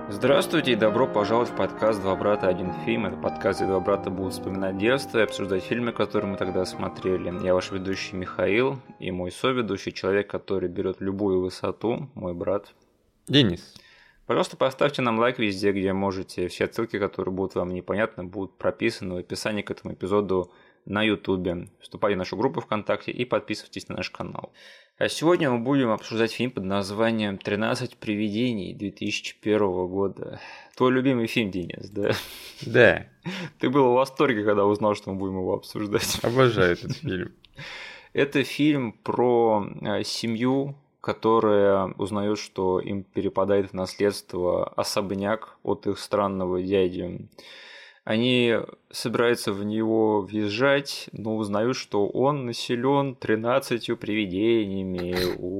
Здравствуйте и добро пожаловать в подкаст «Два брата, один фильм». Это подкаст, где два брата будут вспоминать детство и обсуждать фильмы, которые мы тогда смотрели. Я ваш ведущий Михаил и мой соведущий, человек, который берет любую высоту, мой брат Денис. Пожалуйста, поставьте нам лайк везде, где можете. Все ссылки, которые будут вам непонятны, будут прописаны в описании к этому эпизоду на Ютубе. Вступайте в нашу группу ВКонтакте и подписывайтесь на наш канал. А сегодня мы будем обсуждать фильм под названием «13 привидений» 2001 года. Твой любимый фильм, Денис, да? Да. Ты был в восторге, когда узнал, что мы будем его обсуждать. Обожаю этот фильм. Это фильм про семью, которая узнает, что им перепадает в наследство особняк от их странного дяди. Они собираются в него въезжать, но узнают, что он населен 13 привидениями.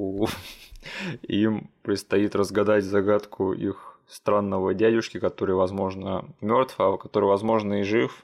Им предстоит разгадать загадку их странного дядюшки, который, возможно, мертв, а который, возможно, и жив.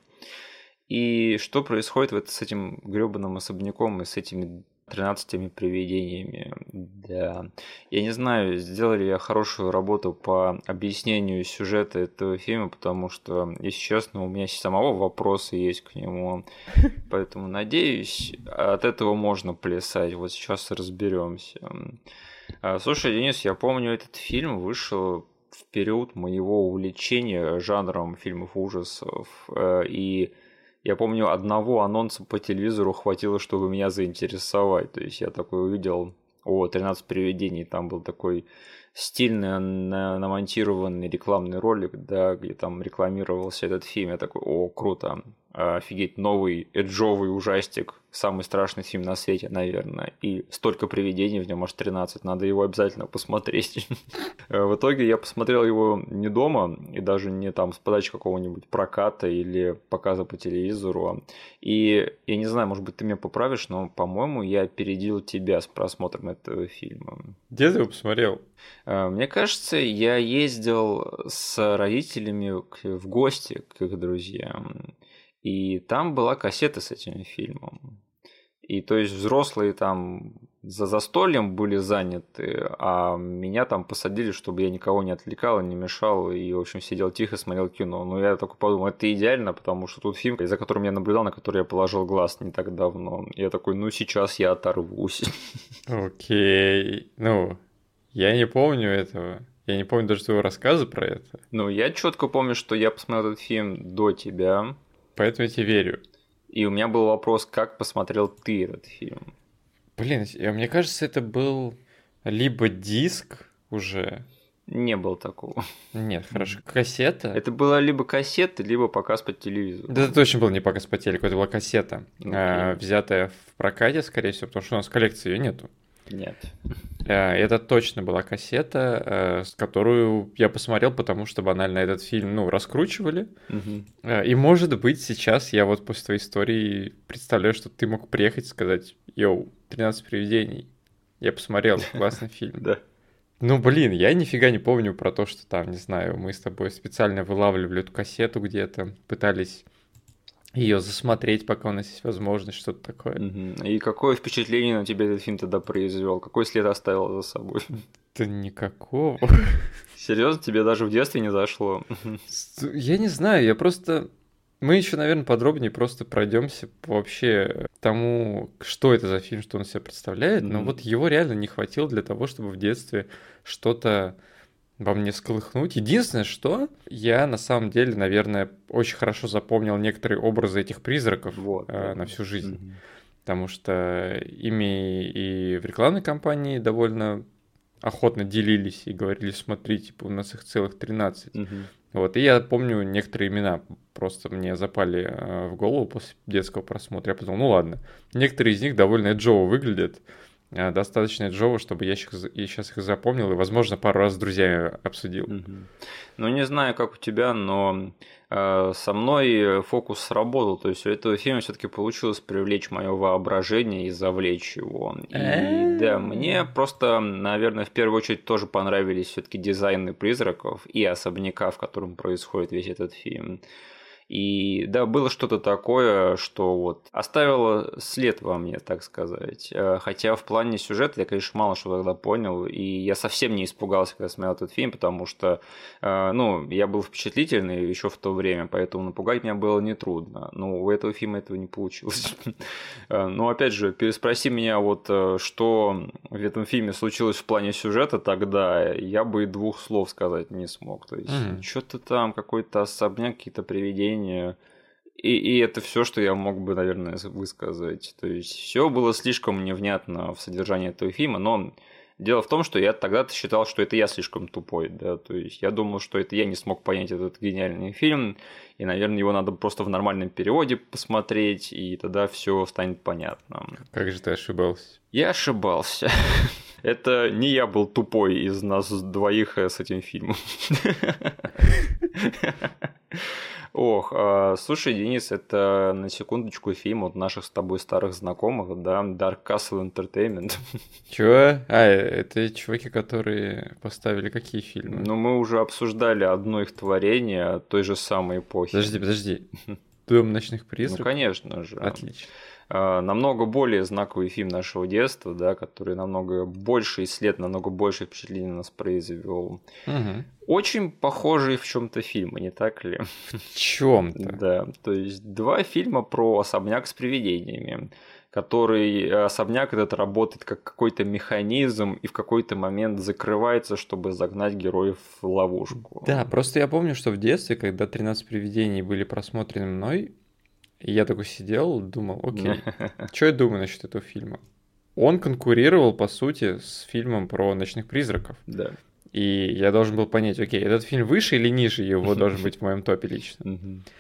И что происходит с этим грёбаным особняком и с этими 13 привидениями. Да. Я не знаю, сделали ли я хорошую работу по объяснению сюжета этого фильма, потому что, если честно, у меня самого вопросы есть к нему. Поэтому, надеюсь, от этого можно плясать. Вот сейчас разберемся. Слушай, Денис, я помню, этот фильм вышел в период моего увлечения жанром фильмов ужасов. И я помню, одного анонса по телевизору хватило, чтобы меня заинтересовать. То есть я такой увидел, 13 привидений, там был такой стильный намонтированный рекламный ролик, да, где там рекламировался этот фильм. Я такой, круто, офигеть, новый эджовый ужастик, самый страшный фильм на свете, наверное. И столько привидений в нем, аж 13, надо его обязательно посмотреть. В итоге я посмотрел его не дома, и даже не там с подачи какого-нибудь проката или показа по телевизору. И я не знаю, может быть, ты меня поправишь, но, по-моему, я опередил тебя с просмотром этого фильма. Где ты его посмотрел? Мне кажется, я ездил с родителями в гости к их друзьям. И там была кассета с этим фильмом. И то есть взрослые там за застольем были заняты, а меня там посадили, чтобы я никого не отвлекал, не мешал, и, в общем, сидел тихо, смотрел кино. Но я такой подумал, это идеально, потому что тут фильм, за которым я наблюдал, на который я положил глаз не так давно. И я такой, сейчас я оторвусь. Окей. Я не помню этого. Я не помню даже твоего рассказа про это. Я четко помню, что я посмотрел этот фильм до тебя. Поэтому я тебе верю. И у меня был вопрос, как посмотрел ты этот фильм? Блин, мне кажется, это был либо диск уже. Не было такого. Нет, хорошо. Кассета? Это была либо кассета, либо показ по телевизору. Да, это точно был не показ по телеку, это была кассета, взятая в прокате, скорее всего, потому что у нас в коллекции ее нету. Нет. Это точно была кассета, с которую я посмотрел, потому что банально этот фильм, раскручивали. И, может быть, сейчас я вот после твоей истории представляю, что ты мог приехать и сказать: «Йоу, 13 привидений». Я посмотрел, классный фильм. Да. Я нифига не помню про то, что там, не знаю, мы с тобой специально вылавливали эту кассету где-то, пытались ее засмотреть, пока у нас есть возможность, что-то такое. И какое впечатление на тебя этот фильм тогда произвел? Какой след оставил за собой? Да никакого. Серьезно, тебе даже в детстве не зашло? Я не знаю, мы еще, наверное, подробнее просто пройдемся вообще тому, что это за фильм, что он себя представляет, но вот его реально не хватило для того, чтобы в детстве что-то во мне сколыхнуть. Единственное, что я на самом деле, наверное, очень хорошо запомнил некоторые образы этих призраков на всю жизнь. Потому что ими и в рекламной кампании довольно охотно делились и говорили: смотри, у нас их целых 13. И я помню некоторые имена, просто мне запали в голову после детского просмотра. Я подумал, ладно, некоторые из них довольно эджово выглядят, достаточно эджово, чтобы я сейчас их запомнил и, возможно, пару раз с друзьями обсудил. Не знаю, как у тебя, но со мной фокус сработал. То есть у этого фильма все-таки получилось привлечь мое воображение и завлечь его. И да, мне просто, наверное, в первую очередь тоже понравились все-таки дизайны призраков и особняка, в котором происходит весь этот фильм. И да, было что-то такое, что вот оставило след во мне, так сказать. Хотя в плане сюжета я, конечно, мало что тогда понял, и я совсем не испугался, когда смотрел этот фильм, потому что, ну, я был впечатлительный еще в то время, поэтому напугать меня было нетрудно. Но у этого фильма этого не получилось. Но опять же, переспроси меня, вот что в этом фильме случилось в плане сюжета тогда, я бы и двух слов сказать не смог. То есть, что-то там, какой-то особняк, какие-то привидения. И это все, что я мог бы, наверное, высказать. То есть, все было слишком невнятно в содержании этого фильма, но дело в том, что я тогда-то считал, что это я слишком тупой, да, то есть я думал, что это я не смог понять этот гениальный фильм, и, наверное, его надо просто в нормальном переводе посмотреть, и тогда все станет понятно. Как же ты ошибался? Я ошибался. Это не я был тупой из нас двоих с этим фильмом. Ох, слушай, Денис, это на секундочку фильм от наших с тобой старых знакомых, да, Dark Castle Entertainment. Чего? Это чуваки, которые поставили какие фильмы? Ну, мы уже обсуждали одно их творение той же самой эпохи. Подожди. «Дом ночных призраков»? Ну, конечно же. Отлично. Намного более знаковый фильм нашего детства, да, который намного больше след, намного больше впечатлений на нас произвел. Угу. Очень похожие в чем-то фильмы, не так ли? В чем-то. Да, то есть два фильма про особняк с привидениями, который особняк этот работает как какой-то механизм и в какой-то момент закрывается, чтобы загнать героев в ловушку. Да, просто я помню, что в детстве, когда «13 привидений» были просмотрены мной, и я такой сидел, думал, окей, что я думаю насчет этого фильма? Он конкурировал, по сути, с фильмом про ночных призраков. Да. И я должен был понять, окей, этот фильм выше или ниже его должен быть в моем топе лично.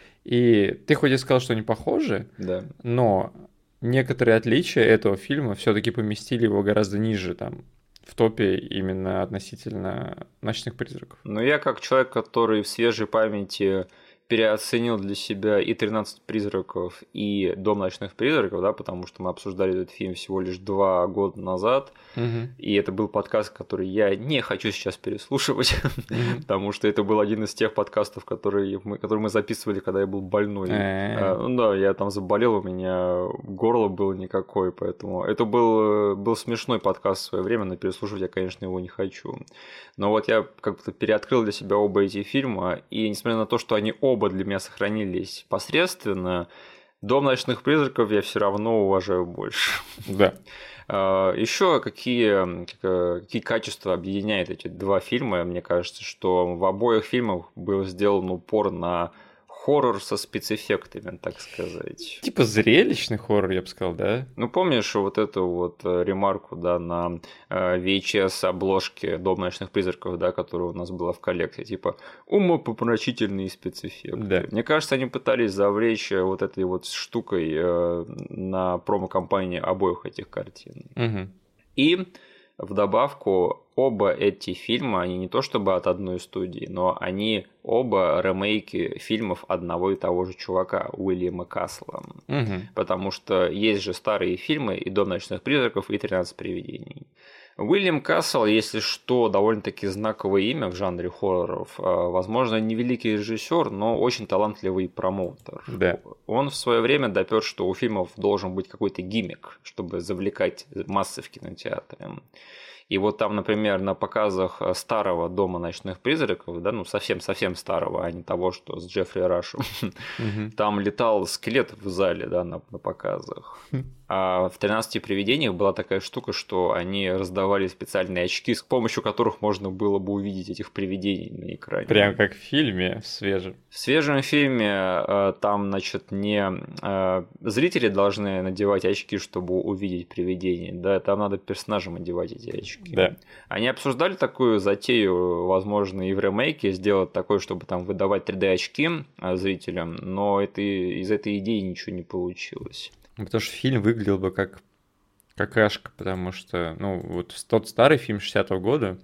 И ты хоть и сказал, что они похожи, да, но некоторые отличия этого фильма все-таки поместили его гораздо ниже там в топе именно относительно «Ночных призраков». Но я как человек, который в свежей памяти переоценил для себя и «13 призраков», и «Дом ночных призраков», да, потому что мы обсуждали этот фильм всего лишь 2 года назад, и это был подкаст, который я не хочу сейчас переслушивать, потому что это был один из тех подкастов, которые мы записывали, когда я был больной. Ну да, я там заболел, у меня горло было никакое, поэтому это был смешной подкаст в свое время, но переслушивать я, конечно, его не хочу. Но вот я как-то переоткрыл для себя оба эти фильма, и несмотря на то, что они оба для меня сохранились посредственно, «Дом ночных призраков» я все равно уважаю больше. Да. Еще какие качества объединяют эти два фильма? Мне кажется, что в обоих фильмах был сделан упор на хоррор со спецэффектами, так сказать. Типа зрелищный хоррор, я бы сказал, да? Ну, помнишь вот эту вот ремарку, да, на VHS-обложке «Дом ночных призраков», да, которая у нас была в коллекции, типа умопомрачительные спецэффекты. Да. Мне кажется, они пытались завлечь вот этой вот штукой на промо-компании обоих этих картин. И в добавку, оба эти фильма, они не то чтобы от одной студии, но они оба ремейки фильмов одного и того же чувака, Уильяма Касла. Потому что есть же старые фильмы и «Дом ночных призраков», и «13 привидений». Уильям Кассел, если что, довольно-таки знаковое имя в жанре хорроров. Возможно, не великий режиссер, но очень талантливый промоутер. Да. Он в свое время допер, что у фильмов должен быть какой-то гиммик, чтобы завлекать массы в кинотеатры. И вот там, например, на показах старого «Дома ночных призраков», да, ну совсем-совсем старого, а не того, что с Джеффри Рашем, там летал скелет в зале, да, на показах. А в «13 привидениях» была такая штука, что они раздавали специальные очки, с помощью которых можно было бы увидеть этих привидений на экране. Прям как в фильме свежем. В свежем фильме там, значит, не зрители должны надевать очки, чтобы увидеть привидение, да, там надо персонажам одевать эти очки. Да. Они обсуждали такую затею, возможно, и в ремейке сделать такое, чтобы там выдавать 3D-очки зрителям, но из этой идеи ничего не получилось. Потому что фильм выглядел бы как какашка, потому что, ну, вот тот старый фильм 60-го года,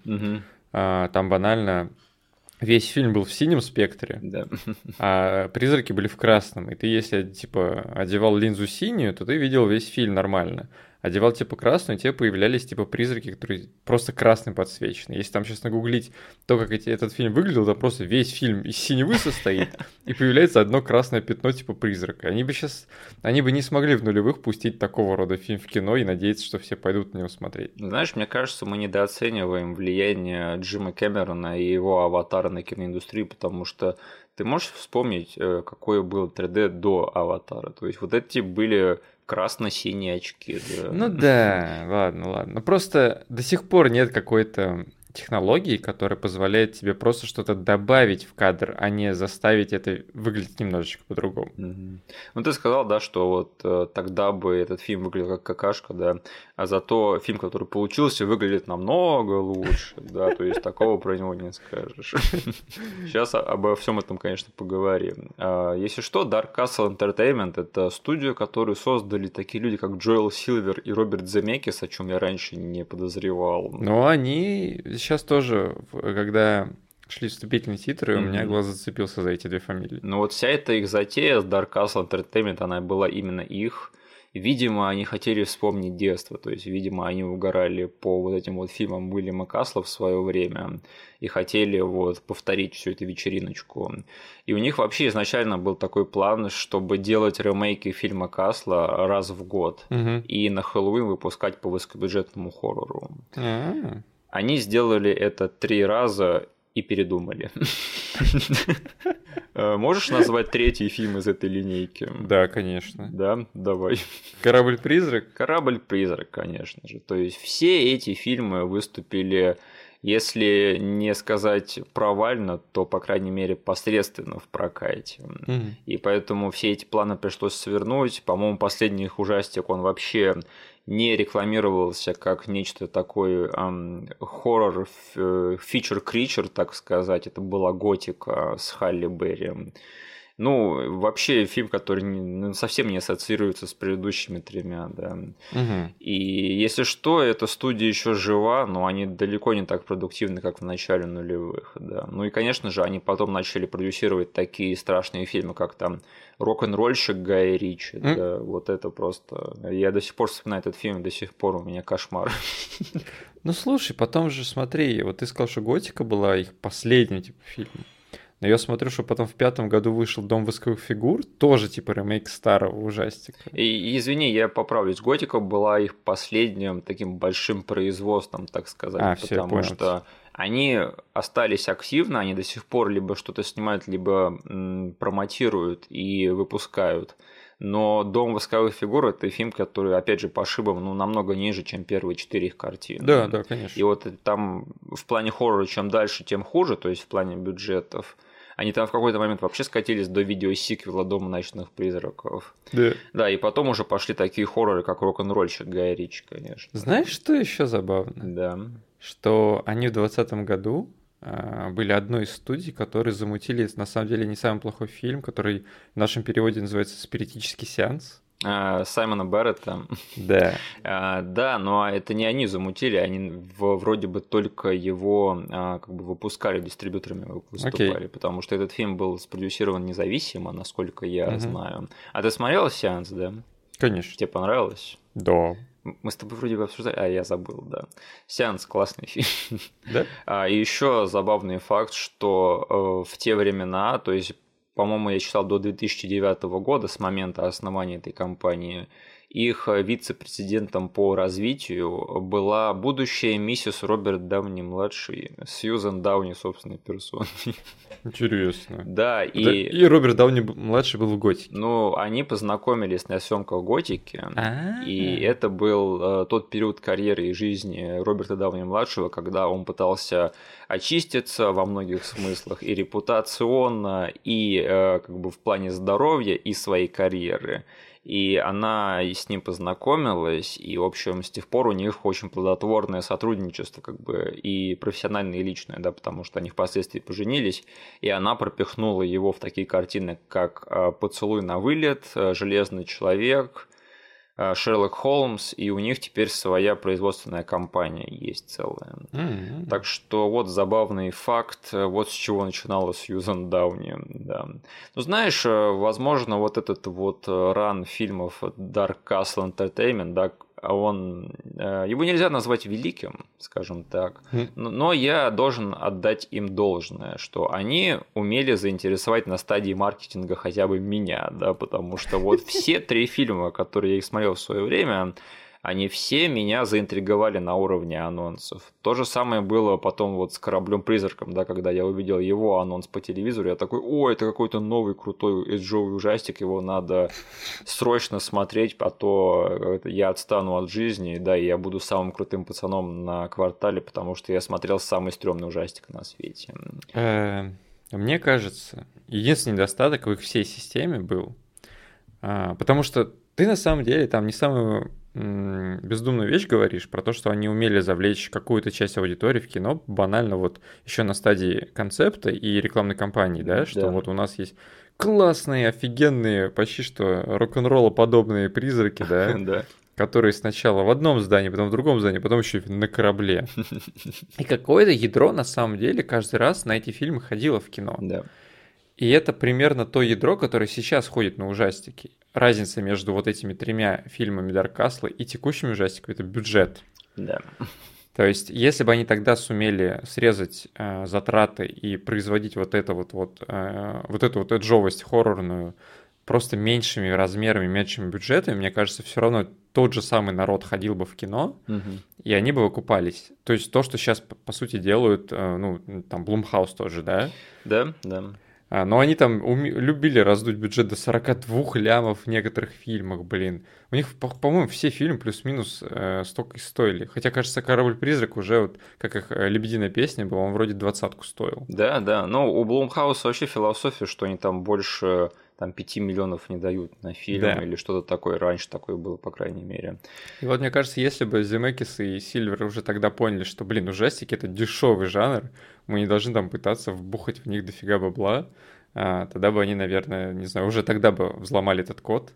там банально весь фильм был в синем спектре, да. А призраки были в красном. И ты, если, типа, одевал линзу синюю, то ты видел весь фильм нормально. одевал типа красную, и тебе появлялись типа призраки, которые просто красным подсвечены. Если там сейчас нагуглить то, как этот фильм выглядел, там просто весь фильм из синевы состоит, и появляется одно красное пятно типа призрака. Они бы не смогли в нулевых пустить такого рода фильм в кино и надеяться, что все пойдут на него смотреть. Знаешь, мне кажется, мы недооцениваем влияние Джима Кэмерона и его «Аватара» на киноиндустрию, потому что ты можешь вспомнить, какое было 3D до «Аватара»? То есть вот эти были красно-синие очки. Да. Ну да, ладно. Но просто до сих пор нет какой-то технологии, которая позволяет тебе просто что-то добавить в кадр, а не заставить это выглядеть немножечко по-другому. Ну, ты сказал, да, что вот тогда бы этот фильм выглядел как какашка, да, а зато фильм, который получился, выглядит намного лучше, да, то есть такого про него не скажешь. Сейчас обо всем этом, конечно, поговорим. Если что, Dark Castle Entertainment – это студия, которую создали такие люди, как Джоэл Силвер и Роберт Земекис, о чем я раньше не подозревал. Но они сейчас тоже, когда шли вступительные титры, у меня глаз зацепился за эти две фамилии. Ну вот вся эта их затея с Dark Castle Entertainment, она была именно их. Видимо, они хотели вспомнить детство, то есть, видимо, они угорали по вот этим вот фильмам Уильяма Касла в свое время и хотели вот повторить всю эту вечериночку. И у них вообще изначально был такой план, чтобы делать ремейки фильма Касла раз в год и на Хэллоуин выпускать по высокобюджетному хоррору. Они сделали это 3 раза и передумали. Можешь назвать третий фильм из этой линейки? Да, конечно. Да, давай. «Корабль-призрак»? «Корабль-призрак», конечно же. То есть все эти фильмы выступили, если не сказать провально, то, по крайней мере, посредственно в прокате. И поэтому все эти планы пришлось свернуть. По-моему, последний их ужастик, он вообще не рекламировался как нечто такое хоррор, фичер-кричер, так сказать. Это была готика с Халли Берри. Ну, вообще фильм, который совсем не ассоциируется с предыдущими 3, да. И если что, эта студия еще жива, но они далеко не так продуктивны, как в начале нулевых, да. Ну и, конечно же, они потом начали продюсировать такие страшные фильмы, как там «Рок-н-ролльщик» Гая Ричи, да, вот это просто... Я до сих пор вспоминаю этот фильм, до сих пор у меня кошмар. Ну, слушай, потом же смотри, вот ты сказал, что «Готика» была их последним типа фильмом. Но я смотрю, что потом в 5-м году вышел «Дом восковых фигур», тоже типа ремейк старого ужастика. И извини, я поправлюсь, «Готика» была их последним таким большим производством, так сказать, потому что они остались активны, они до сих пор либо что-то снимают, либо промотируют и выпускают. Но «Дом восковых фигур» – это фильм, который, опять же, по шибам намного ниже, чем первые 4 их картины. Да, конечно. И вот там в плане хоррора чем дальше, тем хуже, то есть в плане бюджетов. Они там в какой-то момент вообще скатились до видеосиквела «Дома ночных призраков». Да. Да, и потом уже пошли такие хорроры, как «Рок-н-ролльщик» Гая Ричи, конечно. Знаешь, что еще забавно? Да. Что они в 2020 году были одной из студий, которые замутили, на самом деле, не самый плохой фильм, который в нашем переводе называется «Спиритический сеанс». Саймона Берретта. Да. Да, но это не они замутили, они вроде бы только его как бы выпускали, дистрибьюторами выступали, потому что этот фильм был спродюсирован независимо, насколько я знаю. А ты смотрел «Сеанс», да? Конечно. Тебе понравилось? Да. Мы с тобой вроде бы обсуждали, я забыл, да. «Сеанс» классный фильм. Да? И еще забавный факт, что в те времена, то есть, по-моему, я читал до 2009 года, с момента основания этой компании, их вице-президентом по развитию была будущая миссис Роберт Дауни-младший, Сьюзан Дауни собственной персоной. Интересно. Да, и Роберт Дауни-младший был в «Готике». Ну, они познакомились на съемках «Готики», и это был тот период карьеры и жизни Роберта Дауни-младшего, когда он пытался очиститься во многих смыслах и репутационно, и как бы в плане здоровья, и своей карьеры. И она с ним познакомилась, и, в общем, с тех пор у них очень плодотворное сотрудничество, как бы, и профессиональное, и личное, да, потому что они впоследствии поженились, и она пропихнула его в такие картины, как «Поцелуй на вылет», «Железный человек», Шерлок Холмс, и у них теперь своя производственная компания есть целая. Так что вот забавный факт, вот с чего начинала Сьюзан Дауни. Да. Ну, знаешь, возможно, вот этот вот ран фильмов Dark Castle Entertainment, да, его нельзя назвать великим, скажем так, но я должен отдать им должное, что они умели заинтересовать на стадии маркетинга хотя бы меня, да, потому что вот все 3 фильма, которые я их смотрел в свое время, они все меня заинтриговали на уровне анонсов. То же самое было потом вот с «Кораблем-призраком», да, когда я увидел его анонс по телевизору, я такой: о, это какой-то новый крутой эйджовый ужастик, его надо срочно смотреть, а то я отстану от жизни, да, и я буду самым крутым пацаном на квартале, потому что я смотрел самый стрёмный ужастик на свете. Мне кажется, единственный недостаток в их всей системе был, потому что ты на самом деле там не самую бездумную вещь говоришь про то, что они умели завлечь какую-то часть аудитории в кино банально вот еще на стадии концепта и рекламной кампании, да, что вот у нас есть классные, офигенные, почти что рок-н-ролла подобные призраки, да, которые сначала в одном здании, потом в другом здании, потом еще и на корабле. И какое-то ядро на самом деле каждый раз на эти фильмы ходило в кино. Да. И это примерно то ядро, которое сейчас ходит на ужастики. Разница между вот этими 3 фильмами Дарк Касла и текущими ужастиками — это бюджет. Да. То есть, если бы они тогда сумели срезать затраты и производить вот эту вот эджовость хоррорную просто меньшими размерами, меньшими бюджетами, мне кажется, все равно тот же самый народ ходил бы в кино, и они бы выкупались. То есть то, что сейчас, по сути, делают, там, Blumhouse тоже, да? Да. Но они там любили раздуть бюджет до 42 лямов в некоторых фильмах, блин. У них, по-моему, все фильмы плюс-минус столько и стоили. Хотя, кажется, «Корабль-призрак» уже, вот как их «Лебединая песня» была, он вроде 20-ку стоил. Да. Но у Blumhouse вообще философия, что они там больше 5 миллионов не дают на фильм или что-то такое. Раньше такое было, по крайней мере. И вот мне кажется, если бы Земекис и Сильвер уже тогда поняли, что, ужастики — это дешевый жанр, мы не должны там пытаться вбухать в них дофига бабла, тогда бы они, наверное, не знаю, уже тогда бы взломали этот код.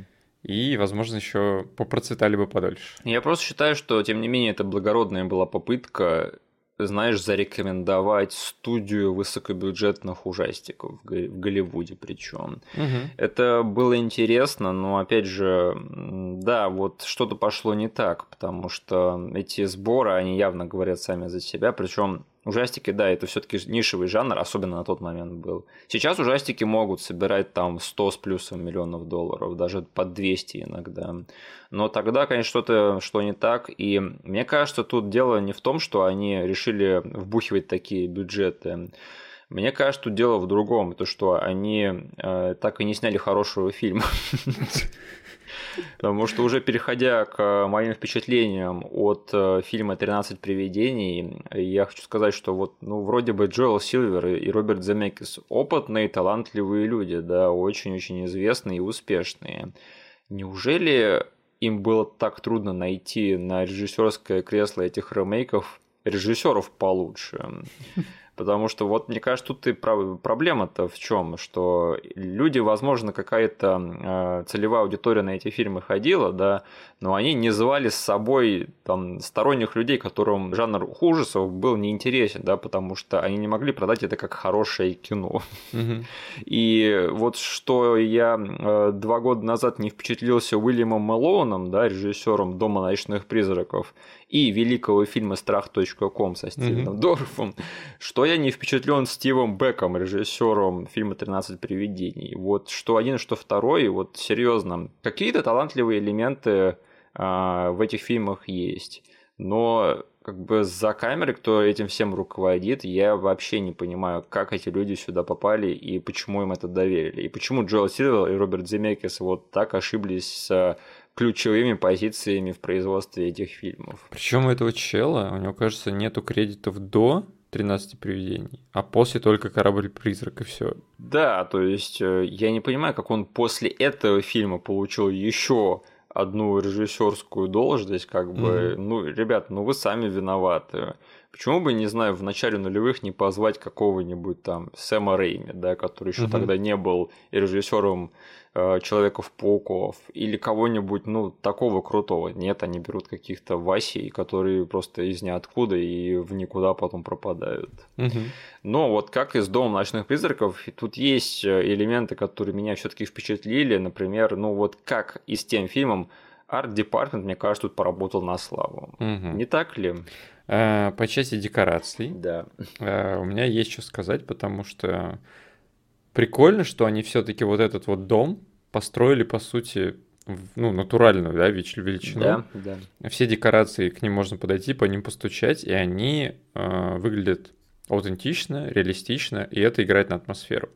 И, возможно, еще попроцветали бы подольше. Я просто считаю, что, тем не менее, это благородная была попытка, знаешь, зарекомендовать студию высокобюджетных ужастиков в Голливуде причем. Это было интересно, но, опять же, да, вот что-то пошло не так, потому что эти сборы, они явно говорят сами за себя, причем ужастики, да, это все-таки нишевый жанр, особенно на тот момент был. Сейчас ужастики могут собирать там 100 с плюсом миллионов долларов, даже под 200 иногда. Но тогда, конечно, что-то шло не так. И мне кажется, тут дело не в том, что они решили вбухивать такие бюджеты. Мне кажется, тут дело в другом. То, что они так и не сняли хорошего фильма. Потому что уже переходя к моим впечатлениям от фильма «13 привидений», я хочу сказать, что вот, вроде бы Джоэл Сильвер и Роберт Земекис опытные, талантливые люди, да, очень-очень известные и успешные. Неужели им было так трудно найти на режиссерское кресло этих ремейков режиссеров получше? Потому что, вот, мне кажется, тут и проблема-то в чем, что люди, возможно, какая-то целевая аудитория на эти фильмы ходила, да, но они не звали с собой там сторонних людей, которым жанр ужасов был неинтересен, да, потому что они не могли продать это как хорошее кино. И вот что я 2 года назад не впечатлился Уильямом Мэлоуном, да, режиссером «Дома ночных призраков», и великого фильма «Страх.ком» со Стивеном Дорфом, что я не впечатлен Стивом Беком, режиссером фильма «13 привидений». Вот что один, что второй, вот серьезно, какие-то талантливые элементы в этих фильмах есть, но как бы за камерой, кто этим всем руководит, я вообще не понимаю, как эти люди сюда попали и почему им это доверили, и почему Джоэл Сильвер и Роберт Земекис вот так ошиблись с ключевыми позициями в производстве этих фильмов. Причем у этого чела, у него, кажется, нету кредитов до 13 привидений, а после только «Корабль-призрак» и все. Да, то есть я не понимаю, как он после этого фильма получил еще одну режиссерскую должность, как бы, ребят, вы сами виноваты. Почему бы, не знаю, в начале нулевых не позвать какого-нибудь там Сэма Рэйми, да, который еще тогда не был и режиссером Человеков-пауков, или кого-нибудь, такого крутого. Нет, они берут каких-то Васей, которые просто из ниоткуда и в никуда потом пропадают. Но вот как и с «Домом ночных призраков», тут есть элементы, которые меня все-таки впечатлили. Например, вот как и с тем фильмом арт-департмент, мне кажется, тут поработал на славу. Не так ли? По части декораций, Да. у меня есть что сказать, потому что прикольно, что они все-таки вот этот вот дом построили, по сути, натуральную, да, величину. Да. Все декорации, к ним можно подойти, по ним постучать, и они выглядят аутентично, реалистично, и это играет на атмосферу.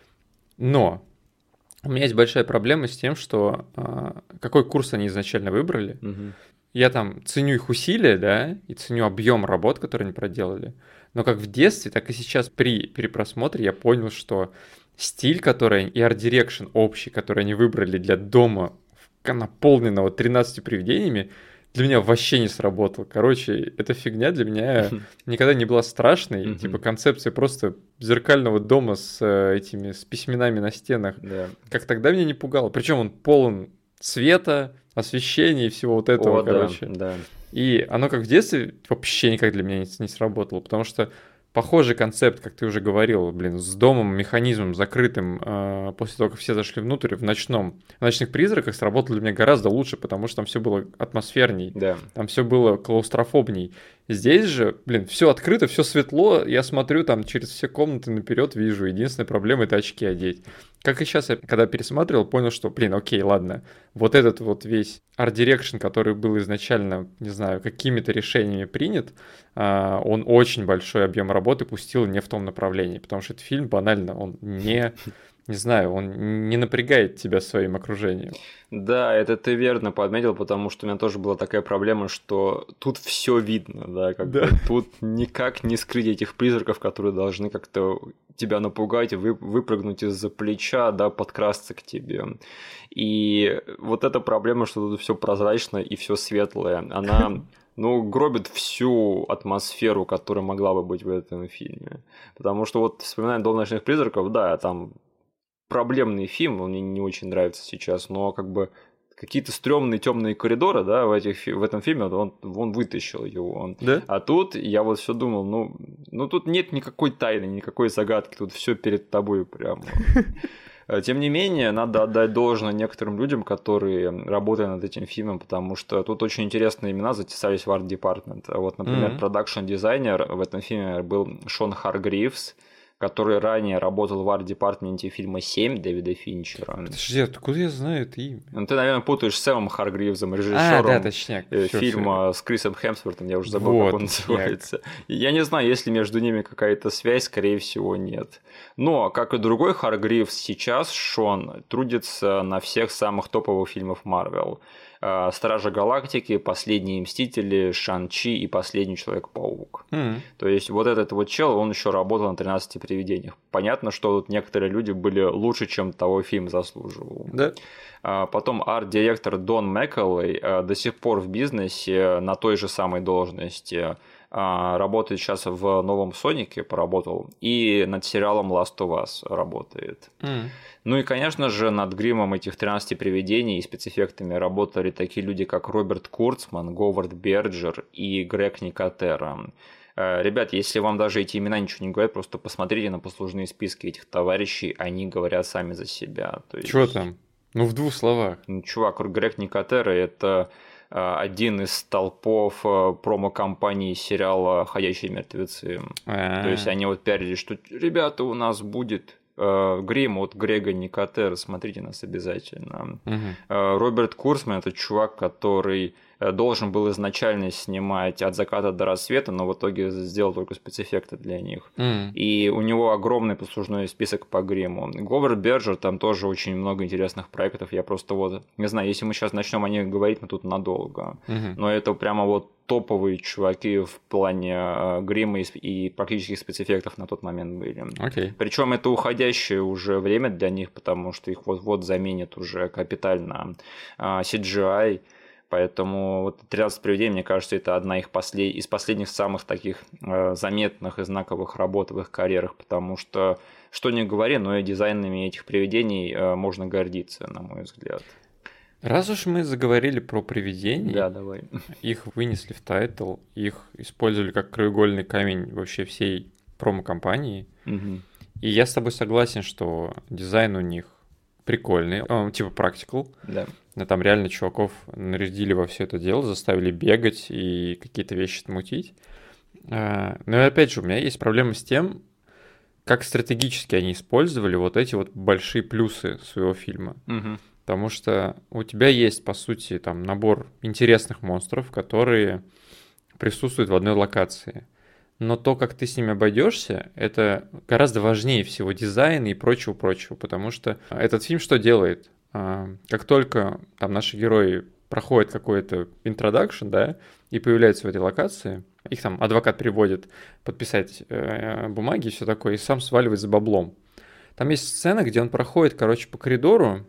Но у меня есть большая проблема с тем, что какой курс они изначально выбрали. Я там ценю их усилия, да, и ценю объем работ, которые они проделали. Но как в детстве, так и сейчас при перепросмотре я понял, что стиль, который и арт-дирекшн общий, который они выбрали для дома, наполненного 13 привидениями, для меня вообще не сработал. Короче, эта фигня для меня никогда не была страшной. Типа концепция просто зеркального дома с письменами на стенах. Как тогда меня не пугало. Причем он полон света, освещения и всего вот этого, короче. Да. И оно как в детстве вообще никак для меня не сработало, потому что похожий концепт, как ты уже говорил, с домом, механизмом закрытым, после того, как все зашли внутрь, в «Ночных призраках» сработал для меня гораздо лучше, потому что там все было атмосферней, там все было клаустрофобней. Здесь же, все открыто, все светло, я смотрю там через все комнаты наперед, вижу, единственная проблема — это очки одеть. Как и сейчас я, когда пересматривал, понял, что, окей, ладно, вот этот вот весь арт-дирекшн, который был изначально, не знаю, какими-то решениями принят, он очень большой объем работы пустил не в том направлении, потому что этот фильм банально, он не знаю, он не напрягает тебя своим окружением. Да, это ты верно подметил, потому что у меня тоже была такая проблема, что тут все видно, да, тут никак не скрыть этих призраков, которые должны как-то тебя напугать, выпрыгнуть из-за плеча, да, подкрасться к тебе. И вот эта проблема, что тут все прозрачно и все светлое, она гробит всю атмосферу, которая могла бы быть в этом фильме. Потому что вот вспоминая «Дом ночных призраков», да, там проблемный фильм, он мне не очень нравится сейчас, но как бы какие-то стрёмные темные коридоры, да, в этом фильме он вытащил его. Да? А тут я вот все думал, тут нет никакой тайны, никакой загадки, тут все перед тобой прямо. Тем не менее, надо отдать должное некоторым людям, которые работали над этим фильмом, потому что тут очень интересные имена затесались в арт-департмент. Вот, например, продакшн-дизайнер в этом фильме был Шон Харгривс, который ранее работал в арт-департменте фильма «7» Дэвида Финчера. Подожди, откуда я знаю это имя? Ты, наверное, путаешь с Сэмом Харгривзом, режиссером точняк. фильма с Крисом Хемсвортом, я уже забыл, как он называется. Я не знаю, есть ли между ними какая-то связь, скорее всего, нет. Но, как и другой Харгривс, сейчас Шон трудится на всех самых топовых фильмах Марвел. «Стражи Галактики», «Последние Мстители», «Шан-Чи» и «Последний Человек-паук». То есть вот этот вот чел, он еще работал на 13 привидениях. Понятно, что тут некоторые люди были лучше, чем того фильм заслуживал. Да. Потом арт-директор Дон Макколей до сих пор в бизнесе на той же самой должности. Работает сейчас в новом «Сонике», поработал, и над сериалом «Last of Us» работает. Ну и, конечно же, над гримом этих 13 привидений и спецэффектами работали такие люди, как Роберт Курцман, Говард Берджер и Грег Никотера. Ребят, если вам даже эти имена ничего не говорят, просто посмотрите на послужные списки этих товарищей, они говорят сами за себя. Чего там? В 2 словах. Чувак, Грег Никотера — это один из столпов промо-компании сериала «Ходячие мертвецы». То есть они вот пиарили, что ребята, у нас будет грим от Грега Никотера, смотрите нас обязательно. Роберт Курцман — это чувак, который должен был изначально снимать «От заката до рассвета», но в итоге сделал только спецэффекты для них. И у него огромный послужной список по гриму. Говард Берджер, там тоже очень много интересных проектов. Я просто не знаю, если мы сейчас начнем о них говорить, мы тут надолго. Но это прямо топовые чуваки в плане грима и практических спецэффектов на тот момент были. Причем это уходящее уже время для них, потому что их вот-вот заменят уже капитально CGI. Поэтому 13 привидений, мне кажется, это одна из последних самых таких заметных и знаковых работ в их карьерах, потому что ни говори, но и дизайнами этих привидений можно гордиться, на мой взгляд. Раз уж мы заговорили про привидений, да, давай. Их вынесли в тайтл, их использовали как краеугольный камень вообще всей промо-компании. И я с тобой согласен, что дизайн у них прикольный, типа practical. Да. Там реально чуваков нарядили во все это дело, заставили бегать и какие-то вещи мутить. Но и опять же, у меня есть проблема с тем, как стратегически они использовали вот эти вот большие плюсы своего фильма. Потому что у тебя есть, по сути, там набор интересных монстров, которые присутствуют в одной локации. Но то, как ты с ними обойдешься, это гораздо важнее всего дизайна и прочего-прочего. Потому что этот фильм что делает? Как только там наши герои проходят какой-то introduction, да, и появляются в этой локации, их там адвокат приводит подписать бумаги и все такое, и сам сваливает за баблом. Там есть сцена, где он проходит, короче, по коридору,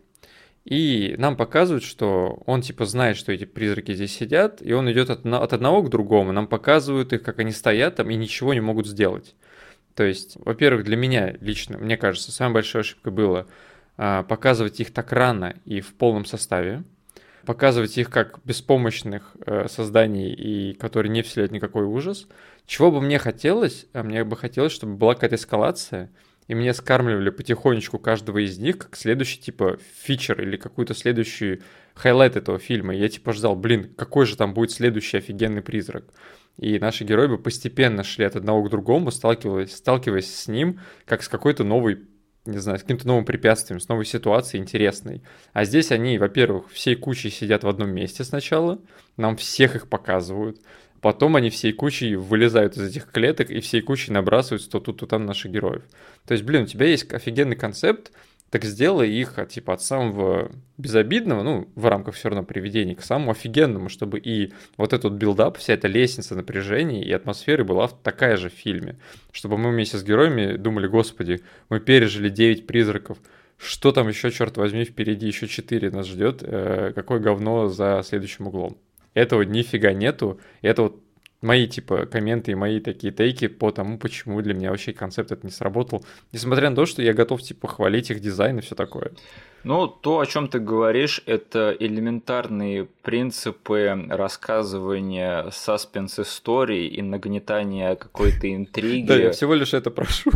и нам показывают, что он типа знает, что эти призраки здесь сидят, и он идет от одного к другому. Нам показывают их, как они стоят там и ничего не могут сделать. То есть, во-первых, для меня лично, мне кажется, самой большой ошибкой было показывать их так рано и в полном составе, показывать их как беспомощных созданий, и которые не вселяют никакой ужас. Чего бы мне хотелось? Мне бы хотелось, чтобы была какая-то эскалация, и мне скармливали потихонечку каждого из них как следующий, типа, фичер или какую-то следующую хайлайт этого фильма. И я, типа, ждал, блин, какой же там будет следующий офигенный призрак. И наши герои бы постепенно шли от одного к другому, сталкиваясь с ним, как с какой-то новой, не знаю, с каким-то новым препятствием, с новой ситуацией интересной. А здесь они, во-первых, всей кучей сидят в одном месте сначала, нам всех их показывают, потом они всей кучей вылезают из этих клеток и всей кучей набрасываются то тут, то там наших героев. То есть, блин, у тебя есть офигенный концепт, так сделай их типа от самого безобидного, ну, в рамках все равно приведения, к самому офигенному, чтобы и вот этот билдап, вся эта лестница напряжения и атмосферы была такая же в фильме. Чтобы мы вместе с героями думали, господи, мы пережили 9 призраков, что там еще, черт возьми, впереди еще 4 нас ждет, какое говно за следующим углом. Этого нифига нету, и это вот мои, типа, комменты и мои такие тейки по тому, почему для меня вообще концепт этот не сработал. Несмотря на то, что я готов, типа, хвалить их дизайн и все такое. Ну, то, о чем ты говоришь, это элементарные принципы рассказывания саспенс-историй и нагнетания какой-то интриги. Да, я всего лишь это прошу.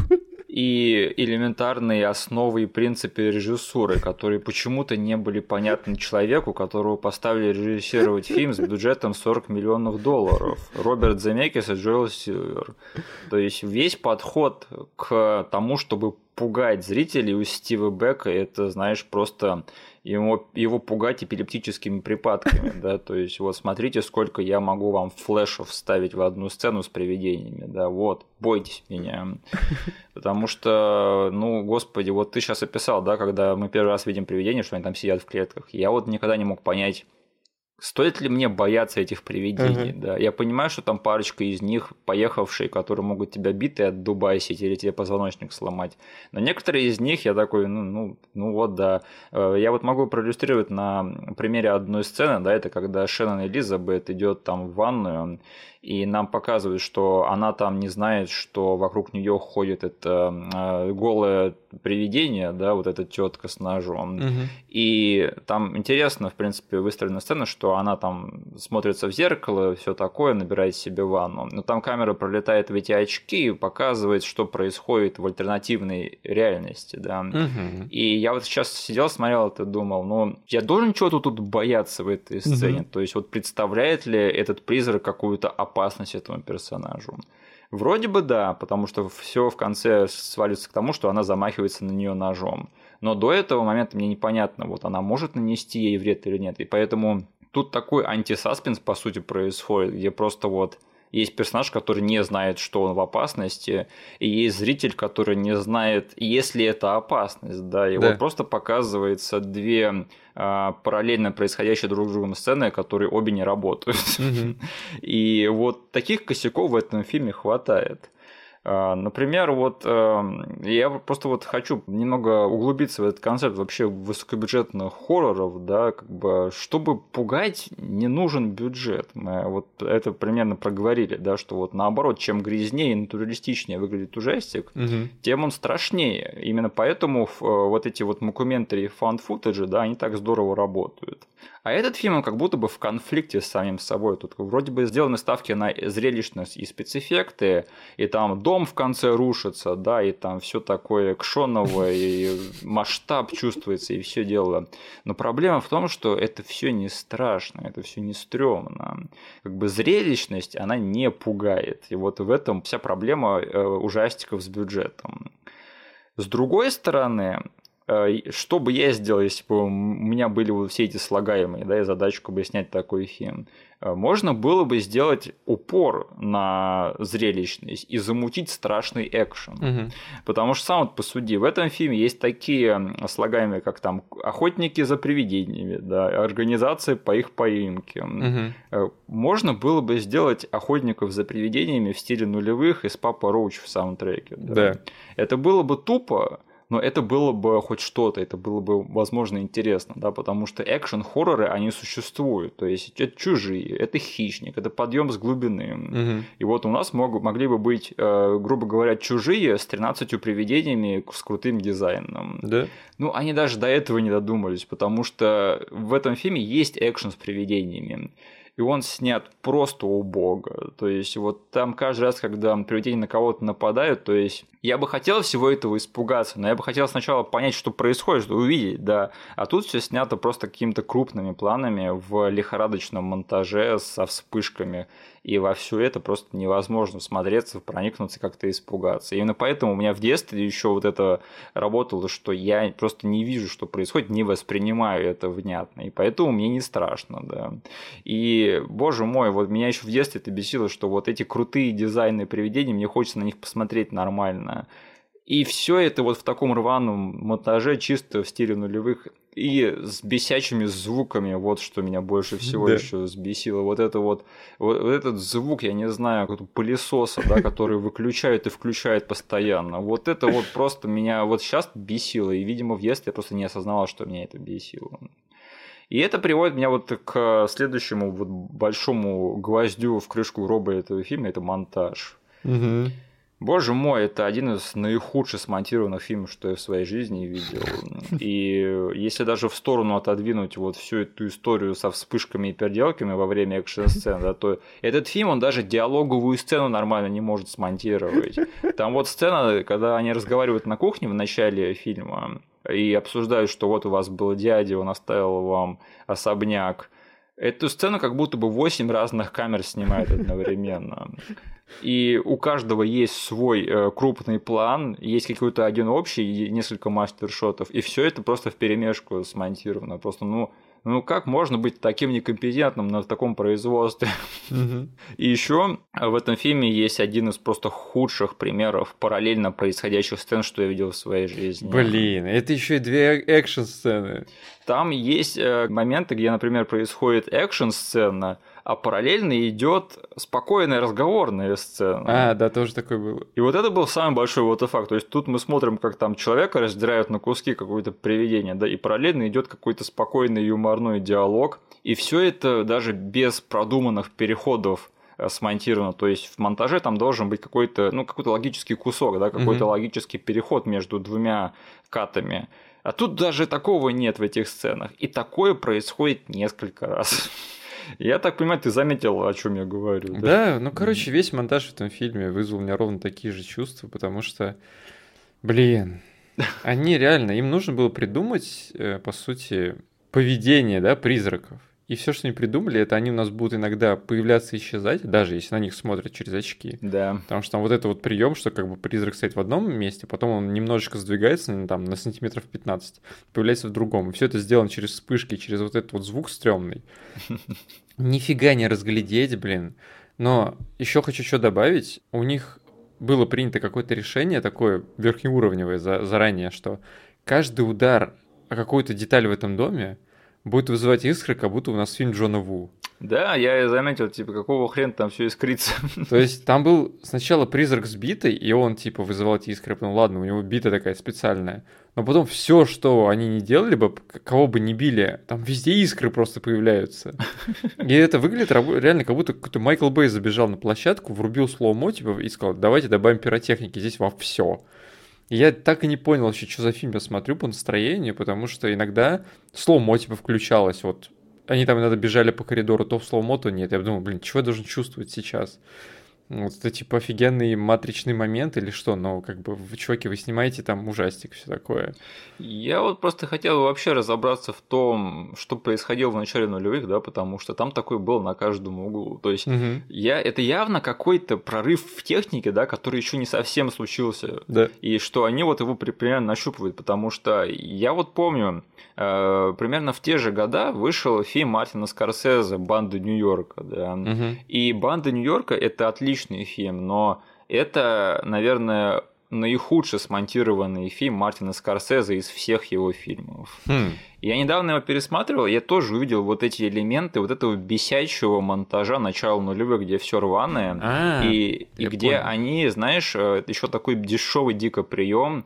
И элементарные основы и принципы режиссуры, которые почему-то не были понятны человеку, которого поставили режиссировать фильм с бюджетом $40 миллионов. Роберт Земекис и Джоэл Силвер. То есть весь подход к тому, чтобы пугать зрителей у Стива Бека, это, знаешь, просто его пугать эпилептическими припадками, да, то есть вот смотрите, сколько я могу вам флешев вставить в одну сцену с привидениями, да, вот, бойтесь меня, потому что, ну, господи, вот ты сейчас описал, да, когда мы первый раз видим привидения, что они там сидят в клетках, я вот никогда не мог понять, стоит ли мне бояться этих привидений, да? Я понимаю, что там парочка из них поехавшие, которые могут тебя битые отдубасить или тебе позвоночник сломать. Но некоторые из них я такой, ну вот, да. Я вот могу проиллюстрировать на примере одной сцены, да, это когда Шеннон Элизабет идет там в ванную, и нам показывают, что она там не знает, что вокруг нее ходит это голое привидение, да, вот эта тетка с ножом. И там интересно, в принципе, выстроена сцена, что она там смотрится в зеркало, все такое, набирает себе ванну. Но там камера пролетает в эти очки и показывает, что происходит в альтернативной реальности, да. И я вот сейчас сидел, смотрел это, думал, ну, я должен чего-то тут бояться в этой сцене? То есть вот представляет ли этот призрак какую-то опасность этому персонажу? Вроде бы да, потому что все в конце свалится к тому, что она замахивается на нее ножом. Но до этого момента мне непонятно, вот она может нанести ей вред или нет. И поэтому тут такой антисаспенс, по сути, происходит, где просто вот есть персонаж, который не знает, что он в опасности, и есть зритель, который не знает, есть ли это опасность, да, и вот просто показывается две параллельно происходящие друг с другом сцены, которые обе не работают. И вот таких косяков в этом фильме хватает. Например, вот я просто вот хочу немного углубиться в этот концепт вообще высокобюджетных хорроров, да, как бы, чтобы пугать, не нужен бюджет. Мы вот это примерно проговорили, да, что вот наоборот, чем грязнее и натуралистичнее выглядит ужастик, тем он страшнее. Именно поэтому вот эти вот мокюментари и фан-футажи, да, они так здорово работают. А этот фильм, он как будто бы в конфликте с самим собой. Тут вроде бы сделаны ставки на зрелищность и спецэффекты, и там дом в конце рушится, да, и там все такое экшоновое, и масштаб чувствуется, и все дело. Но проблема в том, что это все не страшно, это все не стрёмно. Как бы зрелищность, она не пугает. И вот в этом вся проблема ужастиков с бюджетом. С другой стороны, что бы я сделал, если бы у меня были вот все эти слагаемые, да, и задачку бы снять такой фильм? Можно было бы сделать упор на зрелищность и замутить страшный экшен. Угу. Потому что сам вот посуди, в этом фильме есть такие слагаемые, как там охотники за привидениями, да, организации по их поимке. Угу. Можно было бы сделать охотников за привидениями в стиле нулевых из Папа Роуч в саундтреке. Да. Это было бы тупо, но это было бы хоть что-то, это было бы, возможно, интересно, да, потому что экшен-хорроры, они существуют, то есть это чужие, это хищник, это подъем с глубины. Угу. И вот у нас могли бы быть, грубо говоря, чужие с 13 привидениями с крутым дизайном. Да. Ну, они даже до этого не додумались, потому что в этом фильме есть экшен с привидениями. И он снят просто убого. То есть, вот там каждый раз, когда привидения на кого-то нападают, то есть, я бы хотел всего этого испугаться, но я бы хотел сначала понять, что происходит, увидеть, да. А тут все снято просто какими-то крупными планами в лихорадочном монтаже со вспышками. И во все это просто невозможно смотреться, проникнуться, как-то испугаться. И именно поэтому у меня в детстве еще вот это работало, что я просто не вижу, что происходит, не воспринимаю это внятно. И поэтому мне не страшно, да. И, боже мой, вот меня еще в детстве это бесило, что вот эти крутые дизайны привидений, мне хочется на них посмотреть нормально. И все это вот в таком рваном монтаже, чисто в стиле нулевых, и с бесячими звуками, вот что меня больше всего еще взбесило. Вот этот звук, я не знаю, как пылесоса, да, который выключает и включает постоянно. Вот это вот просто меня вот сейчас бесило. И, видимо, в детстве я просто не осознавал, что меня это бесило. И это приводит меня вот к следующему вот большому гвоздю в крышку гроба этого фильма – это монтаж. Угу. Боже мой, это один из наихудших смонтированных фильмов, что я в своей жизни видел. И если даже в сторону отодвинуть вот всю эту историю со вспышками и переделками во время экшн-сцен, да, то этот фильм, он даже диалоговую сцену нормально не может смонтировать. Там вот сцена, когда они разговаривают на кухне в начале фильма и обсуждают, что вот у вас был дядя, он оставил вам особняк. Эту сцену как будто бы 8 разных камер снимают одновременно. И у каждого есть свой крупный план, есть какой-то один общий, несколько мастер-шотов, и все это просто вперемешку смонтировано. Просто, ну как можно быть таким некомпетентным на таком производстве? И еще в этом фильме есть один из просто худших примеров параллельно происходящих сцен, что я видел в своей жизни. Блин, это еще и 2 экшн-сцены. Там есть моменты, где, например, происходит экшн-сцена, а параллельно идет спокойная разговорная сцена. А, да, тоже такое было. И вот это был самый большой WTF. То есть тут мы смотрим, как там человека раздирают на куски какое-то привидение, да, и параллельно идет какой-то спокойный юморной диалог. И все это даже без продуманных переходов смонтировано. То есть в монтаже там должен быть какой-то логический кусок, да, какой-то логический переход между двумя катами. А тут даже такого нет в этих сценах. И такое происходит несколько раз. Я так понимаю, ты заметил, о чем я говорю. Да, короче, весь монтаж в этом фильме вызвал у меня ровно такие же чувства, потому что, блин, они реально, им нужно было придумать, по сути, поведение, да, призраков. И все, что они придумали, это они у нас будут иногда появляться и исчезать, даже если на них смотрят через очки. Да. Потому что там вот это вот прием, что как бы призрак стоит в одном месте, потом он немножечко сдвигается там, на сантиметров 15, появляется в другом. И все это сделано через вспышки, через вот этот вот звук стрёмный. Нифига не разглядеть, блин. Но еще хочу что добавить. У них было принято какое-то решение такое верхнеуровневое заранее, что каждый удар о какую-то деталь в этом доме будет вызывать искры, как будто у нас фильм Джона Ву. Да, я и заметил, какого хрена там все искрится. То есть там был сначала призрак сбитый, и он вызывал эти искры, потом ладно, у него бита такая специальная. Но потом все, что они не делали бы, кого бы ни били, там везде искры просто появляются. И это выглядит реально, как будто какой-то Майкл Бэй забежал на площадку, врубил слоумо, и сказал, давайте добавим пиротехники здесь во все. И я так и не понял вообще, что за фильм я смотрю по настроению, потому что иногда слоумо включалось вот они там иногда бежали по коридору то в слоумо, то нет. Я думал, блин, чего я должен чувствовать сейчас? Вот это типа офигенный матричный момент или что? Но как бы вы, чуваки, вы снимаете там ужастик, все такое. Я вот просто хотел вообще разобраться в том, что происходило в начале нулевых, да, потому что там такое было на каждом углу. То есть это явно какой-то прорыв в технике, да, который еще не совсем случился. Да. И что они вот его примерно нащупывают, потому что я вот помню, примерно в те же года вышел фильм Мартина Скорсезе «Банда Нью-Йорка», да. И «Банда Нью-Йорка» — это отличный фильм, но это, наверное, наихудше смонтированный фильм Мартина Скорсезе из всех его фильмов. Я недавно его пересматривал, я тоже увидел вот эти элементы вот этого бесячего монтажа начала нулевых, где все рваное, и где они, знаешь, еще такой дешевый дико прием,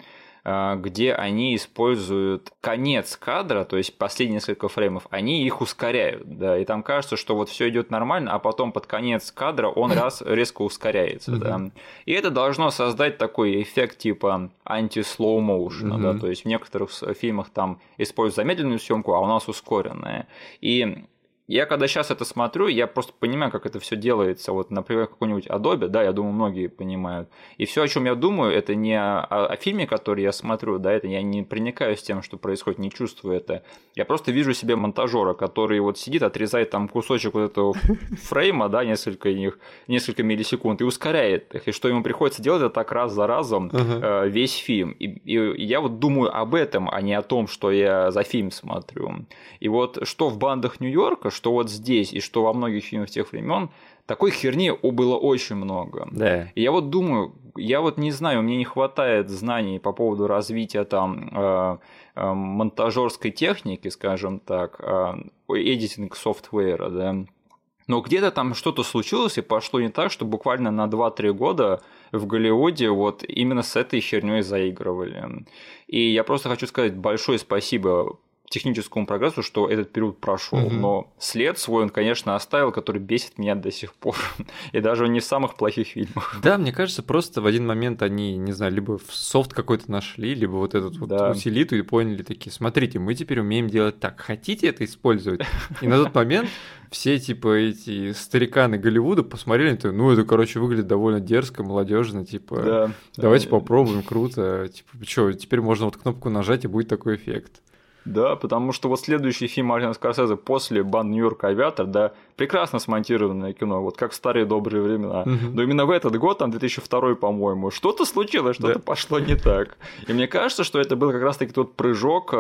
где они используют конец кадра, то есть последние несколько фреймов, они их ускоряют, да, и там кажется, что вот все идет нормально, а потом под конец кадра он резко ускоряется, да, и это должно создать такой эффект типа анти-слоу моушена, да, то есть в некоторых фильмах там используют замедленную съемку, а у нас ускоренная, и я когда сейчас это смотрю, я просто понимаю, как это все делается. Вот, например, какой-нибудь Adobe, да, я думаю, многие понимают. И все, о чем я думаю, это не о фильме, который я смотрю, да, это я не проникаюсь тем, что происходит, не чувствую это. Я просто вижу себе монтажера, который вот сидит, отрезает там кусочек вот этого фрейма, да, несколько миллисекунд, и ускоряет их. И что ему приходится делать, это так раз за разом весь фильм. И я вот думаю об этом, а не о том, что я за фильм смотрю. И вот что в «Бандах Нью-Йорка», что вот здесь и что во многих фильмах тех времен, такой херни было очень много. Да. И я вот думаю, я вот не знаю, мне не хватает знаний по поводу развития там монтажерской техники, скажем так, эдитинг софтвера, да. Но где-то там что-то случилось и пошло не так, что буквально на 2-3 года в Голливуде вот именно с этой херней заигрывали. И я просто хочу сказать большое спасибо техническому прогрессу, что этот период прошел, но след свой он, конечно, оставил, который бесит меня до сих пор, и даже не в самых плохих фильмах. Да, мне кажется, просто в один момент они, не знаю, либо софт какой-то нашли, либо вот этот вот усилиту и поняли такие, смотрите, мы теперь умеем делать так, хотите это использовать? И на тот момент все, типа, эти стариканы Голливуда посмотрели, ну, это, короче, выглядит довольно дерзко, молодежно, типа, давайте попробуем, круто, типа, что, теперь можно вот кнопку нажать, и будет такой эффект. Да, потому что вот следующий фильм Мартина Скорсезе после «Банд Нью-Йорка. Авиатор», да, прекрасно смонтированное кино, вот как в старые добрые времена. Но именно в этот год, там 2002, по-моему, что-то случилось, что-то пошло не так. И мне кажется, что это был как раз-таки тот прыжок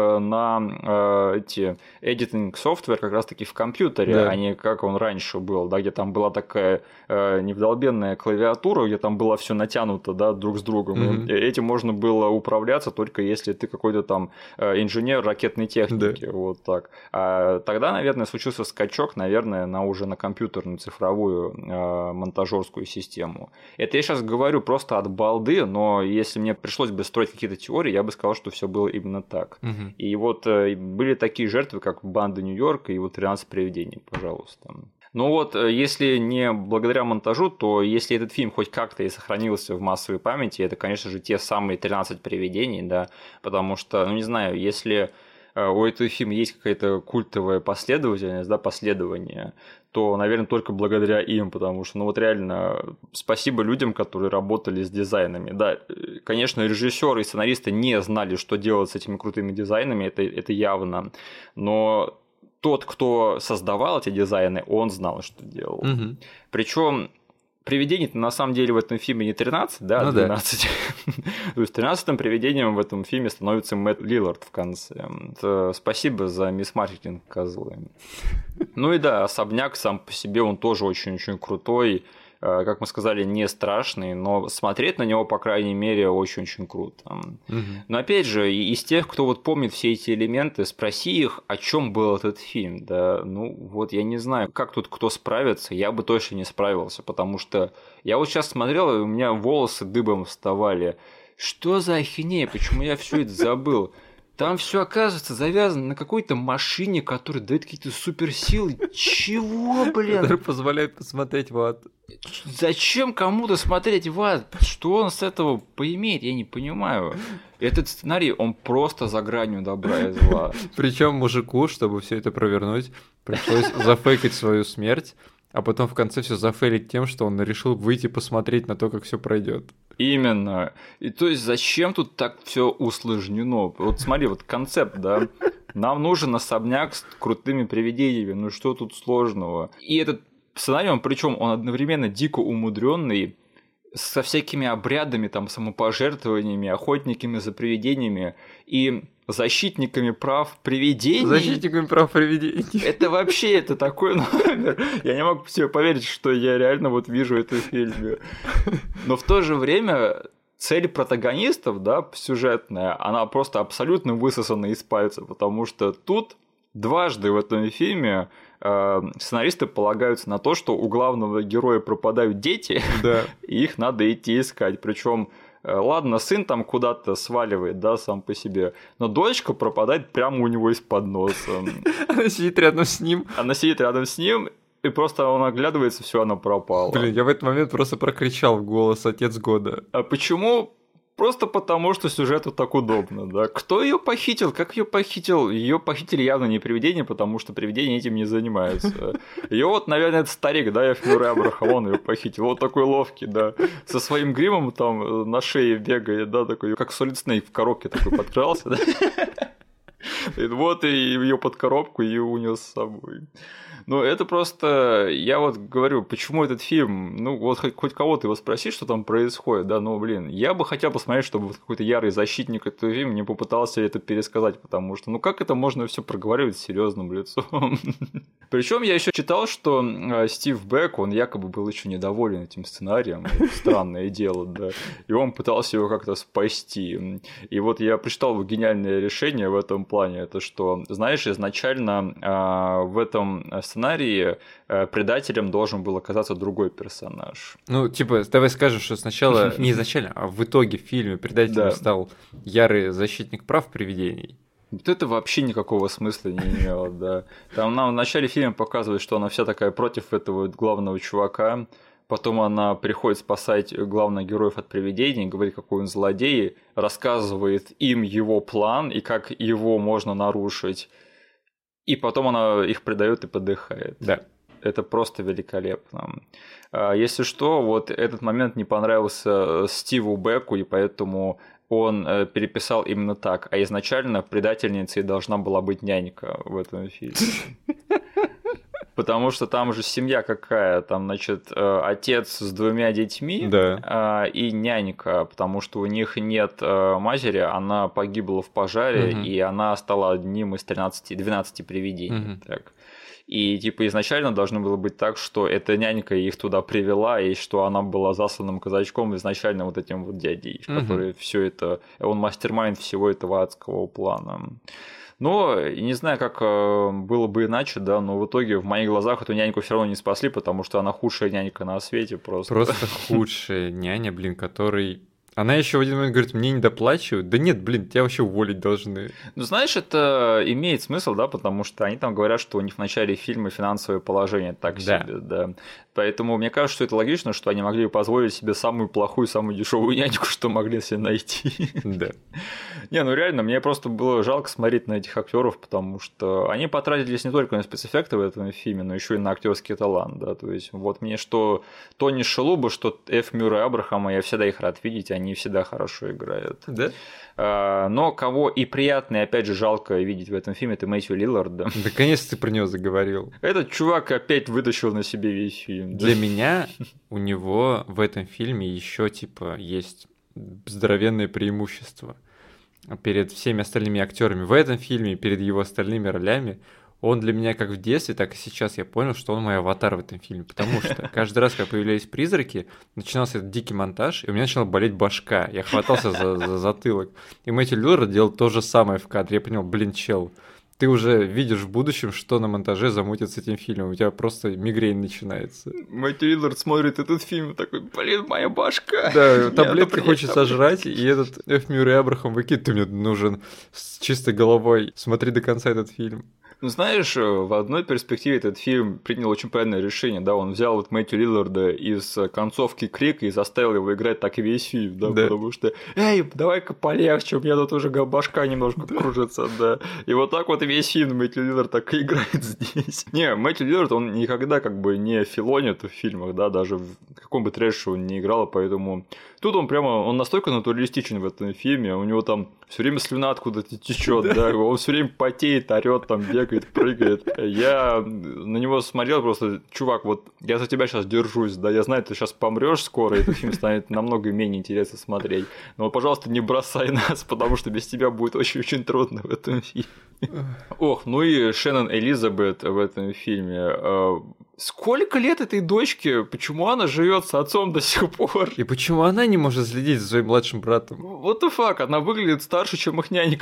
на эти editing software как раз-таки в компьютере, а не как он раньше был, да, где там была такая невдолбенная клавиатура, где там было все натянуто, да, друг с другом. И этим можно было управляться только если ты какой-то там инженер ракетной техники, вот так. А тогда, наверное, случился скачок, наверное, уже на компьютерную цифровую монтажерскую систему. Это я сейчас говорю просто от балды, но если мне пришлось бы строить какие-то теории, я бы сказал, что все было именно так. И вот были такие жертвы, как «Банда Нью-Йорка» и вот «13 привидений», пожалуйста. Ну вот, если не благодаря монтажу, то если этот фильм хоть как-то и сохранился в массовой памяти, это, конечно же, те самые 13 привидений, да, потому что, ну не знаю, если у этого фильма есть какая-то культовая последовательность, да, последование, то, наверное, только благодаря им, потому что, ну вот реально, спасибо людям, которые работали с дизайнами. Да, конечно, режиссеры и сценаристы не знали, что делать с этими крутыми дизайнами, это явно, но тот, кто создавал эти дизайны, он знал, что делал. Причем привидений-то на самом деле в этом фильме не 13, да, а 12. То есть 13-м привидением в этом фильме становится Мэтт Лиллард в конце. Спасибо за мисс-маркетинг, козлы. Ну и да, особняк сам по себе, он тоже очень-очень крутой. Как мы сказали, не страшный, но смотреть на него, по крайней мере, очень-очень круто. Но опять же, из тех, кто вот помнит все эти элементы, спроси их, о чем был этот фильм. Да, ну вот я не знаю, как тут кто справится, я бы точно не справился, потому что я вот сейчас смотрел, и у меня волосы дыбом вставали. Что за ахинея? Почему я все это забыл? Там все оказывается завязано на какой-то машине, которая дает какие-то суперсилы. Чего, блин? Который позволяет посмотреть в ад. Зачем кому-то смотреть в ад? Что он с этого поимеет? Я не понимаю. Этот сценарий, он просто за гранью добра и зла. Причем мужику, чтобы все это провернуть, пришлось зафейкать свою смерть, а потом в конце все зафейлить тем, что он решил выйти посмотреть на то, как все пройдет. Именно. И то есть зачем тут так все усложнено? Вот смотри, вот концепт, да. Нам нужен особняк с крутыми привидениями. Ну что тут сложного? И этот сценарий, причем он одновременно дико умудренный, со всякими обрядами, там, самопожертвованиями, охотниками за привидениями и защитниками прав привидений. Защитниками прав привидений. Это вообще, это такой номер. Я не могу себе поверить, что я реально вот вижу это в фильме. Но в то же время цель протагонистов, да, сюжетная, она просто абсолютно высосана из пальца, потому что тут дважды в этом фильме сценаристы полагаются на то, что у главного героя пропадают дети, да. И их надо идти искать. Причем, ладно, сын там куда-то сваливает, да, сам по себе, но дочка пропадает прямо у него из-под носа. Она сидит рядом с ним. И просто он оглядывается, все, она пропала. Блин, я в этот момент просто прокричал в голос «Отец года». А почему? Просто потому, что сюжету так удобно, да. Кто ее похитил? Как ее похитил? Ее похитили явно не привидения, потому что привидения этим не занимаются. Ее вот, наверное, этот старик, да, Ф. Мюррей Абрахам, он ее похитил. Вот такой ловкий, да. Со своим гримом там на шее бегает, да, такой, как Солид Снейк в коробке такой подкрался, да. И вот и ее под коробку и унес с собой. Ну, это просто, я вот говорю, почему этот фильм, ну, вот хоть кого-то его спроси, что там происходит, да, ну, блин, я бы хотел посмотреть, чтобы вот какой-то ярый защитник этого фильма не попытался это пересказать, потому что, ну, как это можно все проговаривать с серьезным лицом? Причем я еще читал, что Стив Бек, он якобы был еще недоволен этим сценарием, странное дело, да, и он пытался его как-то спасти. И вот я прочитал его гениальное решение в этом плане, это что, знаешь, изначально в этом сценарии предателем должен был оказаться другой персонаж. Ну, типа, давай скажем, что сначала, не изначально, а в итоге в фильме предателем стал ярый защитник прав привидений. Вот это вообще никакого смысла не имело, да. Там нам в начале фильма показывают, что она вся такая против этого главного чувака, потом она приходит спасать главных героев от привидений, говорит, какой он злодей, рассказывает им его план и как его можно нарушить. И потом она их предает и подыхает. Да. Это просто великолепно. Если что, вот этот момент не понравился Стиву Беку, и поэтому он переписал именно так. А изначально предательницей должна была быть нянька в этом фильме. Потому что там же семья какая, там, значит, отец с 2 детьми, да. И нянька, потому что у них нет матери, она погибла в пожаре, и она стала одним из 12 привидений. Так. И типа изначально должно было быть так, что эта нянька их туда привела, и что она была засланным казачком изначально вот этим вот дядей, который все это, он мастер-майнд всего этого адского плана. Но не знаю, как было бы иначе, да, но в итоге в моих глазах эту няньку все равно не спасли, потому что она худшая нянька на свете просто. Просто худшая няня, блин, который... Она еще в один момент говорит, мне не доплачивают. Да нет, блин, тебя вообще уволить должны. Ну, знаешь, это имеет смысл, да, потому что они там говорят, что у них в начале фильма финансовое положение так себе, да. Поэтому мне кажется, что это логично, что они могли позволить себе самую плохую, самую дешевую няньку, что могли себе найти. Да. Не, ну реально, мне просто было жалко смотреть на этих актеров, потому что они потратились не только на спецэффекты в этом фильме, но еще и на актерский талант, да. То есть, вот мне что Тони Шалуба, что Ф. Мюррей Абрахама, я всегда их рад видеть, они всегда хорошо играют. Да? Но кого и приятно, и опять же жалко видеть в этом фильме, это Мэтью Лиллард. Да? Наконец-то ты про него заговорил. Этот чувак опять вытащил на себе весь фильм. Для меня у него в этом фильме еще типа есть здоровенное преимущество перед всеми остальными актерами в этом фильме, перед его остальными ролями. Он для меня как в детстве, так и сейчас я понял, что он мой аватар в этом фильме, потому что каждый раз, когда появлялись призраки, начинался этот дикий монтаж, и у меня начала болеть башка, я хватался за затылок. И Мэтью Лиллард делал то же самое в кадре, я понял, блин, чел, ты уже видишь в будущем, что на монтаже замутят с этим фильмом, у тебя просто мигрень начинается. Мэтью Лиллард смотрит этот фильм такой, блин, моя башка. Да, таблетки хочет сожрать, и этот Ф. Мюррей Абрахам выкидывает, ты мне нужен с чистой головой, смотри до конца этот фильм. Ну, знаешь, в одной перспективе этот фильм принял очень правильное решение, да, он взял вот Мэтью Лилларда из концовки Крика и заставил его играть так и весь фильм, да, потому что, эй, давай-ка полегче, у меня тут уже башка немножко кружится, да, и вот так вот весь фильм Мэтью Лиллард так и играет здесь. Не, Мэтью Лиллард, он никогда как бы не филонит в фильмах, да, даже в каком бы трэше он не играл, поэтому тут он прямо, он настолько натуралистичен в этом фильме, у него там все время слюна откуда-то течет, да, он все время потеет, орет, там бегает, прыгает. Я на него смотрел просто, чувак, вот я за тебя сейчас держусь, да, я знаю, ты сейчас помрешь скоро, и этот фильм станет намного менее интересно смотреть. Но, вот, пожалуйста, не бросай нас, потому что без тебя будет очень-очень трудно в этом фильме. Ох, ну и Шеннон Элизабет в этом фильме. Сколько лет этой дочке? Почему она живет с отцом до сих пор? И почему она не может следить за своим младшим братом? What the fuck? Она выглядит старше, чем их нянька.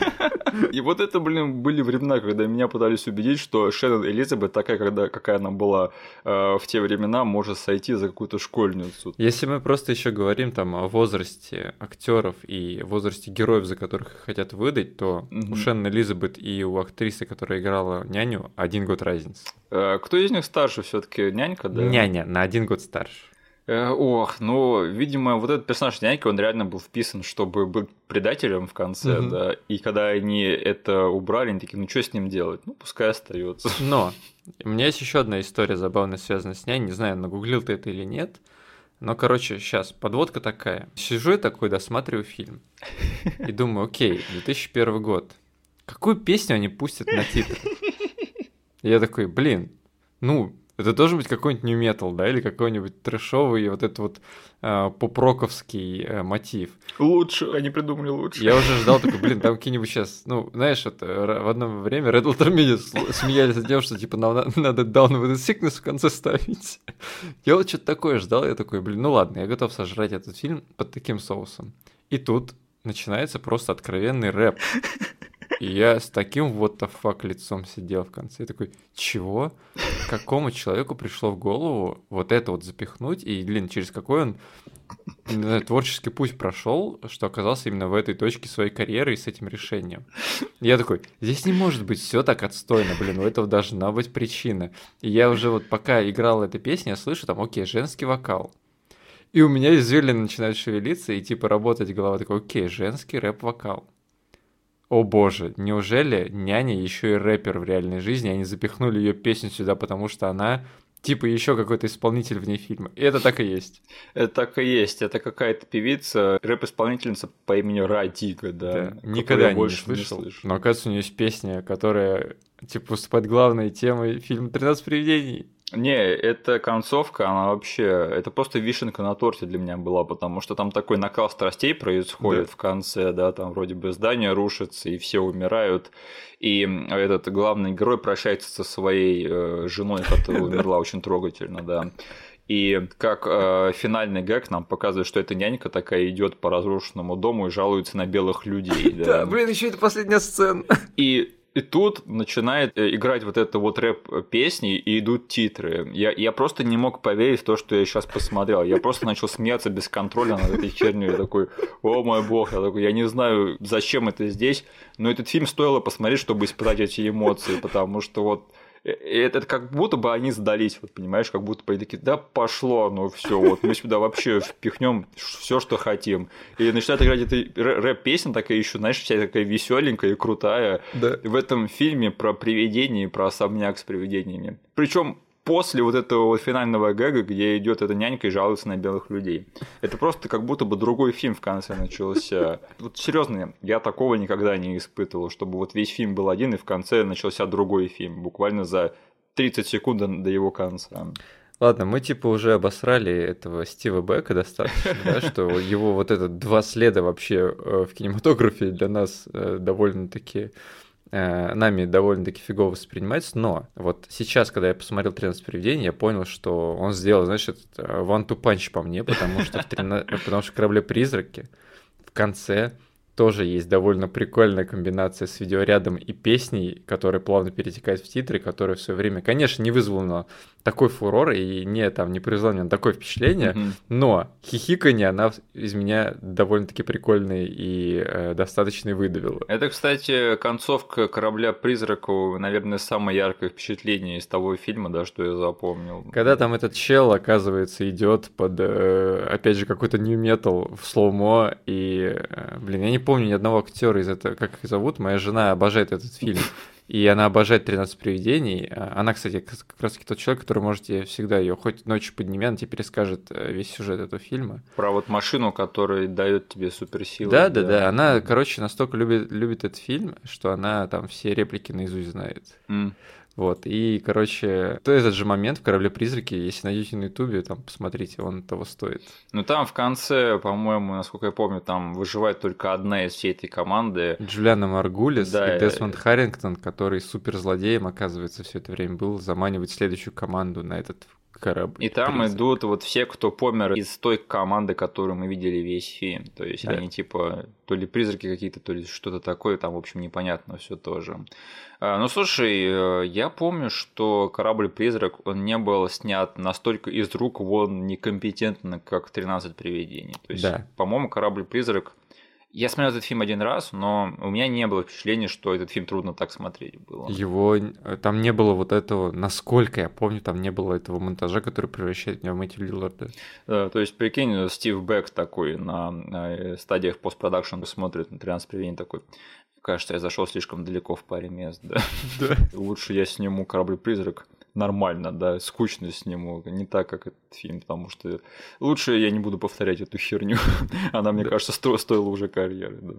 И вот это, блин, были времена, когда меня пытались убедить, что Шеннон Элизабет, такая, какая она была в те времена, может сойти за какую-то школьницу. Если мы просто еще говорим там о возрасте актеров и возрасте героев, за которых их хотят выдать, то у Шеннон Элизабет и у актрисы, которая играла няню, 1 год разницы. Кто из них старше все-таки, нянька, да? Няня на 1 год старше. Ох, ну, видимо, вот этот персонаж няньки, он реально был вписан, чтобы быть предателем в конце, да, и когда они это убрали, они такие, ну, что с ним делать? Ну, пускай остается. Но у меня есть еще одна история забавная, связанная с няней, не знаю, нагуглил ты это или нет, но, короче, сейчас, подводка такая. Сижу я такой, досматриваю фильм, и думаю, окей, 2001 год, какую песню они пустят на титры? И я такой, блин, ну, это должен быть какой-нибудь нью-метал, да, или какой-нибудь трэшовый вот этот вот поп-роковский мотив. Лучше, они придумали лучше. Я уже ждал такой, блин, там какие-нибудь сейчас, ну, знаешь, вот, в одно время Red Letter Media смеялись над тем, что типа нам надо Down with the Sickness в конце ставить. Я вот что-то такое ждал, я такой, блин, ну ладно, я готов сожрать этот фильм под таким соусом. И тут начинается просто откровенный рэп. И я с таким what the fuck лицом сидел в конце. Я такой, чего? Какому человеку пришло в голову вот это вот запихнуть? И, блин, через какой он, не знаю, творческий путь прошел, что оказался именно в этой точке своей карьеры и с этим решением. И я такой, здесь не может быть все так отстойно, блин, у этого должна быть причина. И я уже вот пока играла эта песня, я слышу там, окей, женский вокал. И у меня извилины начинают шевелиться и типа работать голова. Такой, окей, женский рэп-вокал. О боже, неужели няня еще и рэпер в реальной жизни, они запихнули ее песню сюда, потому что она типа еще какой-то исполнитель вне фильма. И это так и есть. Это так и есть. Это какая-то певица, рэп-исполнительница по имени Радига, да. Никогда не слышал. Но оказывается, у нее есть песня, которая типа выступает главной темой фильма «13 привидений». Не, эта концовка, она вообще, это просто вишенка на торте для меня была, потому что там такой накал страстей происходит в конце, да, там вроде бы здание рушится, и все умирают, и этот главный герой прощается со своей женой, которая умерла очень трогательно, да. И как финальный гэг нам показывает, что эта нянька такая идет по разрушенному дому и жалуется на белых людей. Да, блин, еще это последняя сцена. И тут начинает играть вот эта вот рэп-песни, и идут титры. Я просто не мог поверить в то, что я сейчас посмотрел. Я просто начал смеяться без контроля над этой херней. Я такой, о мой бог, я не знаю, зачем это здесь, но этот фильм стоило посмотреть, чтобы испытать эти эмоции, потому что вот это как будто бы они сдались, вот понимаешь, как будто бы они такие, да пошло, ну все, вот мы сюда вообще впихнем все, что хотим. И начинает играть эта рэп-песня такая еще, знаешь, вся такая веселенькая и крутая. Да. В этом фильме про привидения, про особняк с привидениями. Причем после вот этого вот финального гэга, где идет эта нянька и жалуется на белых людей. Это просто как будто бы другой фильм в конце начался. Вот серьезно, я такого никогда не испытывал, чтобы вот весь фильм был один, и в конце начался другой фильм, буквально за 30 секунд до его конца. Ладно, мы типа уже обосрали этого Стива Бека достаточно, да, что его вот это 2 следа вообще в кинематографе для нас довольно-таки нами довольно-таки фигово воспринимается, но вот сейчас, когда я посмотрел «13 привидений», я понял, что он сделал, знаешь, этот one-two punch по мне, потому что в «Корабле-призраке» в конце тоже есть довольно прикольная комбинация с видеорядом и песней, которая плавно перетекает в титры, которая в свое время, конечно, не вызвала такой фурор и не произвела мне такое впечатление, но хихиканье она из меня довольно-таки прикольная и достаточно выдавила. Это, кстати, концовка «Корабля-призрака», наверное, самое яркое впечатление из того фильма, да, что я запомнил. Когда там этот чел, оказывается, идет под, опять же, какой-то нью-метал в слоумо, и, блин, я не помню ни одного актера из этого, как их зовут, моя жена обожает этот фильм. И она обожает «13 привидений». Она, кстати, как раз-таки тот человек, который можете всегда ее хоть ночью подними, она тебе перескажет весь сюжет этого фильма. Про вот машину, которая дает тебе суперсилы. Да. Она, короче, настолько любит этот фильм, что она там все реплики наизусть знает. Вот, и, короче, то этот же момент в «Корабле-призраке», если найдете на Ютубе, там, посмотрите, он того стоит. Ну, там в конце, по-моему, насколько я помню, там выживает только одна из всей этой команды. Джулиана Маргулис и Десмонд Харрингтон, который суперзлодеем, оказывается, все это время был, заманивать следующую команду на этот корабль. И там идут вот все, кто помер из той команды, которую мы видели весь фильм. То есть они типа то ли призраки какие-то, то ли что-то такое, там, в общем, непонятно все тоже. Ну, слушай, я помню, что «Корабль-призрак», он не был снят настолько из рук вон некомпетентно, как «13 привидений». То есть, по-моему, «Корабль-призрак», я смотрел этот фильм один раз, но у меня не было впечатления, что этот фильм трудно так смотреть было. Там не было вот этого, насколько я помню, там не было этого монтажа, который превращает меня в Мэтью Лилларда. Да, то есть, прикинь, Стив Бэк такой на стадиях постпродакшн смотрит на «13 привидений» такой... Кажется, я зашел слишком далеко в паре мест, да. Лучше я сниму «Корабль-призрак» нормально, да, скучно сниму, не так, как этот фильм, потому что лучше я не буду повторять эту херню. Она, мне кажется, стоила уже карьеры. Да.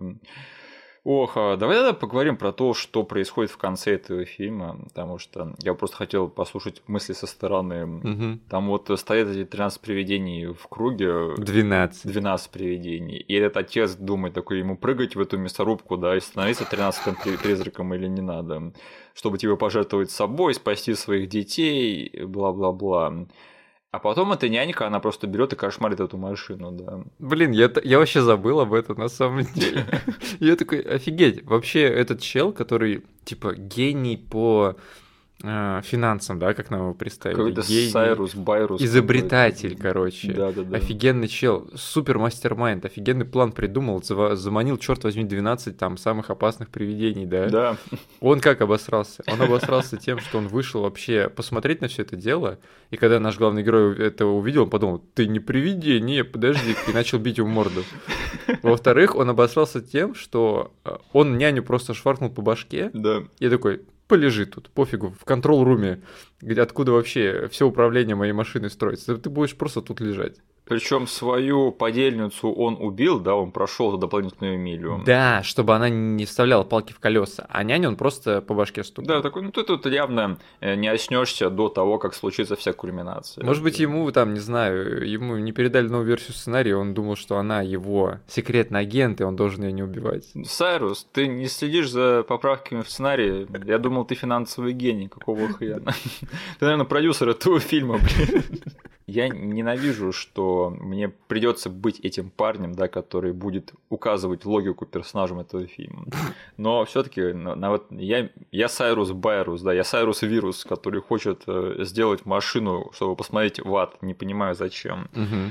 Ох, давай тогда поговорим про то, что происходит в конце этого фильма, потому что я просто хотел послушать мысли со стороны. Там вот стоят эти 13 привидений в круге. 12 привидений. И этот отец думает, такой, ему прыгать в эту мясорубку, да, и становиться 13-м призраком или не надо, чтобы тебе пожертвовать собой, спасти своих детей, бла-бла-бла. А потом эта нянька, она просто берет и кошмарит эту машину, да. Блин, я вообще забыл об этом на самом деле. Я такой, офигеть, вообще этот чел, который типа гений по финансам, да, как нам его представили. Какой-то Сайрус, Байрус. Изобретатель, короче. Да. Офигенный чел, супер мастер-майнд, офигенный план придумал, заманил, черт возьми, 12 там самых опасных привидений, да? Да. Он как обосрался? Он обосрался тем, что он вышел вообще посмотреть на все это дело, и когда наш главный герой это увидел, он подумал, ты не привидение, подожди, и начал бить его в морду. Во-вторых, он обосрался тем, что он няню просто шваркнул по башке, и такой... полежи тут, пофигу, в контрол-руме, откуда вообще все управление моей машиной строится. Ты будешь просто тут лежать. Причем свою подельницу он убил, да, он прошел за дополнительную милю. Да, чтобы она не вставляла палки в колеса, а няню он просто по башке стукнул. Да, такой, ты тут явно не очнешься до того, как случится вся кульминация. Может быть, ему там, не знаю, ему не передали новую версию сценария, он думал, что она его секретный агент, и он должен ее не убивать. Сайрус, ты не следишь за поправками в сценарии? Я думал, ты финансовый гений, какого хрена? Ты, наверное, продюсер этого фильма, блин. Я ненавижу, что мне придется быть этим парнем, да, который будет указывать логику персонажам этого фильма. Но все-таки вот я Сайрус Байрус, да, я Сайрус Вирус, который хочет сделать машину, чтобы посмотреть в ад. Не понимаю, зачем.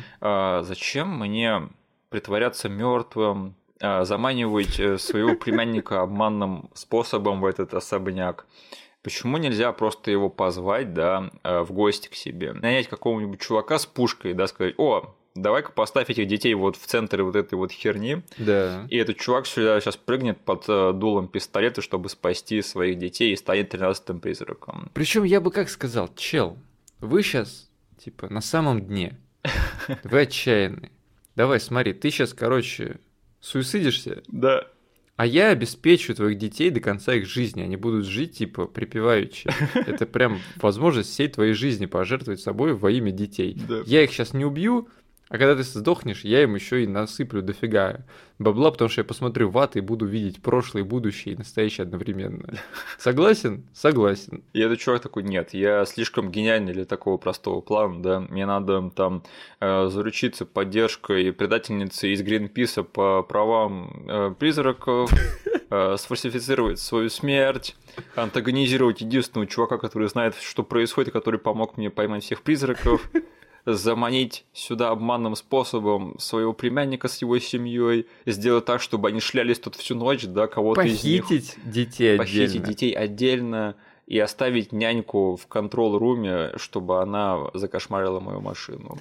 Зачем мне притворяться мертвым, заманивать своего племянника обманным способом в этот особняк? Почему нельзя просто его позвать, да, в гости к себе? Нанять какого-нибудь чувака с пушкой, да, сказать, давай-ка поставь этих детей вот в центре вот этой вот херни. Да. И этот чувак сюда сейчас прыгнет под дулом пистолета, чтобы спасти своих детей и станет 13-м призраком. Причем я бы как сказал, чел, вы сейчас, типа, на самом дне. Вы отчаянный. Давай, смотри, ты сейчас, короче, суицидишься. Да. А я обеспечу твоих детей до конца их жизни. Они будут жить, типа, припеваючи. Это прям возможность всей твоей жизни пожертвовать собой во имя детей. Да. Я их сейчас не убью, А когда ты сдохнешь, я им еще и насыплю дофига бабла, потому что я посмотрю в ад и буду видеть прошлое, будущее и настоящее одновременно. Согласен? Согласен. И этот чувак такой: нет, я слишком гениальный для такого простого плана, да, мне надо там заручиться поддержкой предательницы из Гринписа по правам призраков, сфальсифицировать свою смерть, антагонизировать единственного чувака, который знает, что происходит, и который помог мне поймать всех призраков, заманить сюда обманным способом своего племянника с его семьей, сделать так, чтобы они шлялись тут всю ночь, да, кого-то из них. Похитить детей Похитить детей отдельно и оставить няньку в контрол-руме, чтобы она закошмарила мою машину.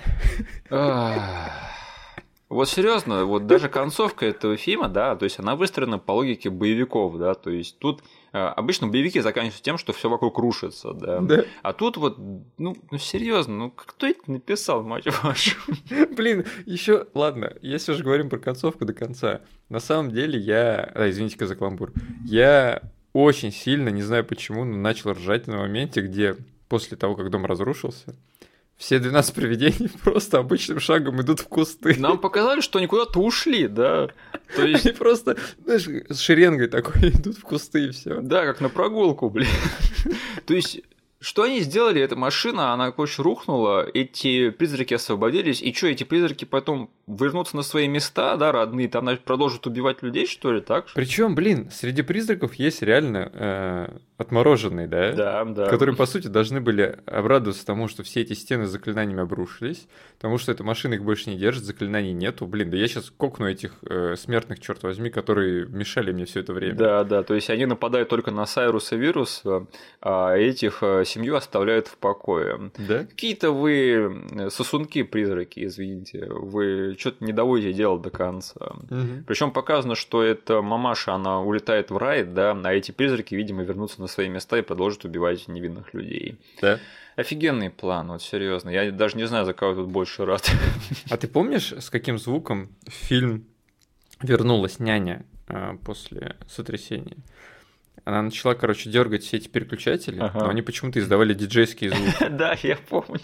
Вот серьезно, вот даже концовка этого фильма, да, то есть она выстроена по логике боевиков, да, то есть тут обычно боевики заканчиваются тем, что все вокруг рушится, да. Да. А тут вот, ну серьезно, ну кто это написал, мать вашу? Блин, еще, ладно, если уж говорим про концовку до конца, на самом деле извините-ка за каламбур, я очень сильно, не знаю почему, но начал ржать на моменте, где после того, как дом разрушился, все 12 привидений просто обычным шагом идут в кусты. Нам показали, что они куда-то ушли, да. То есть... Они просто, знаешь, с шеренгой такой идут в кусты и все. Да, как на прогулку, блин. То есть, что они сделали? Эта машина, она, короче, рухнула, эти призраки освободились, и что, эти призраки потом вернутся на свои места, да, родные, там продолжат убивать людей, что ли, так? Причем, блин, среди призраков есть реально отмороженные, да? Да, да. Которые, по сути, должны были обрадоваться тому, что все эти стены с заклинаниями обрушились, потому что эта машина их больше не держит, заклинаний нету. Блин, да я сейчас кокну этих смертных, черт возьми, которые мешали мне все это время. Да, да, то есть они нападают только на Сайруса Вируса, а этих семью оставляют в покое. Да? Какие-то вы сосунки-призраки, извините, вы что-то не доводите дело до конца. Угу. Причем показано, что эта мамаша, она улетает в рай, да, а эти призраки, видимо, вернутся на свои места и продолжат убивать невинных людей. Да. Офигенный план, вот серьезно. Я даже не знаю, за кого я тут больше рад. А ты помнишь, с каким звуком в фильм вернулась няня после сотрясения? Она начала, короче, дергать все эти переключатели, но они почему-то издавали диджейские звуки. Да, я помню.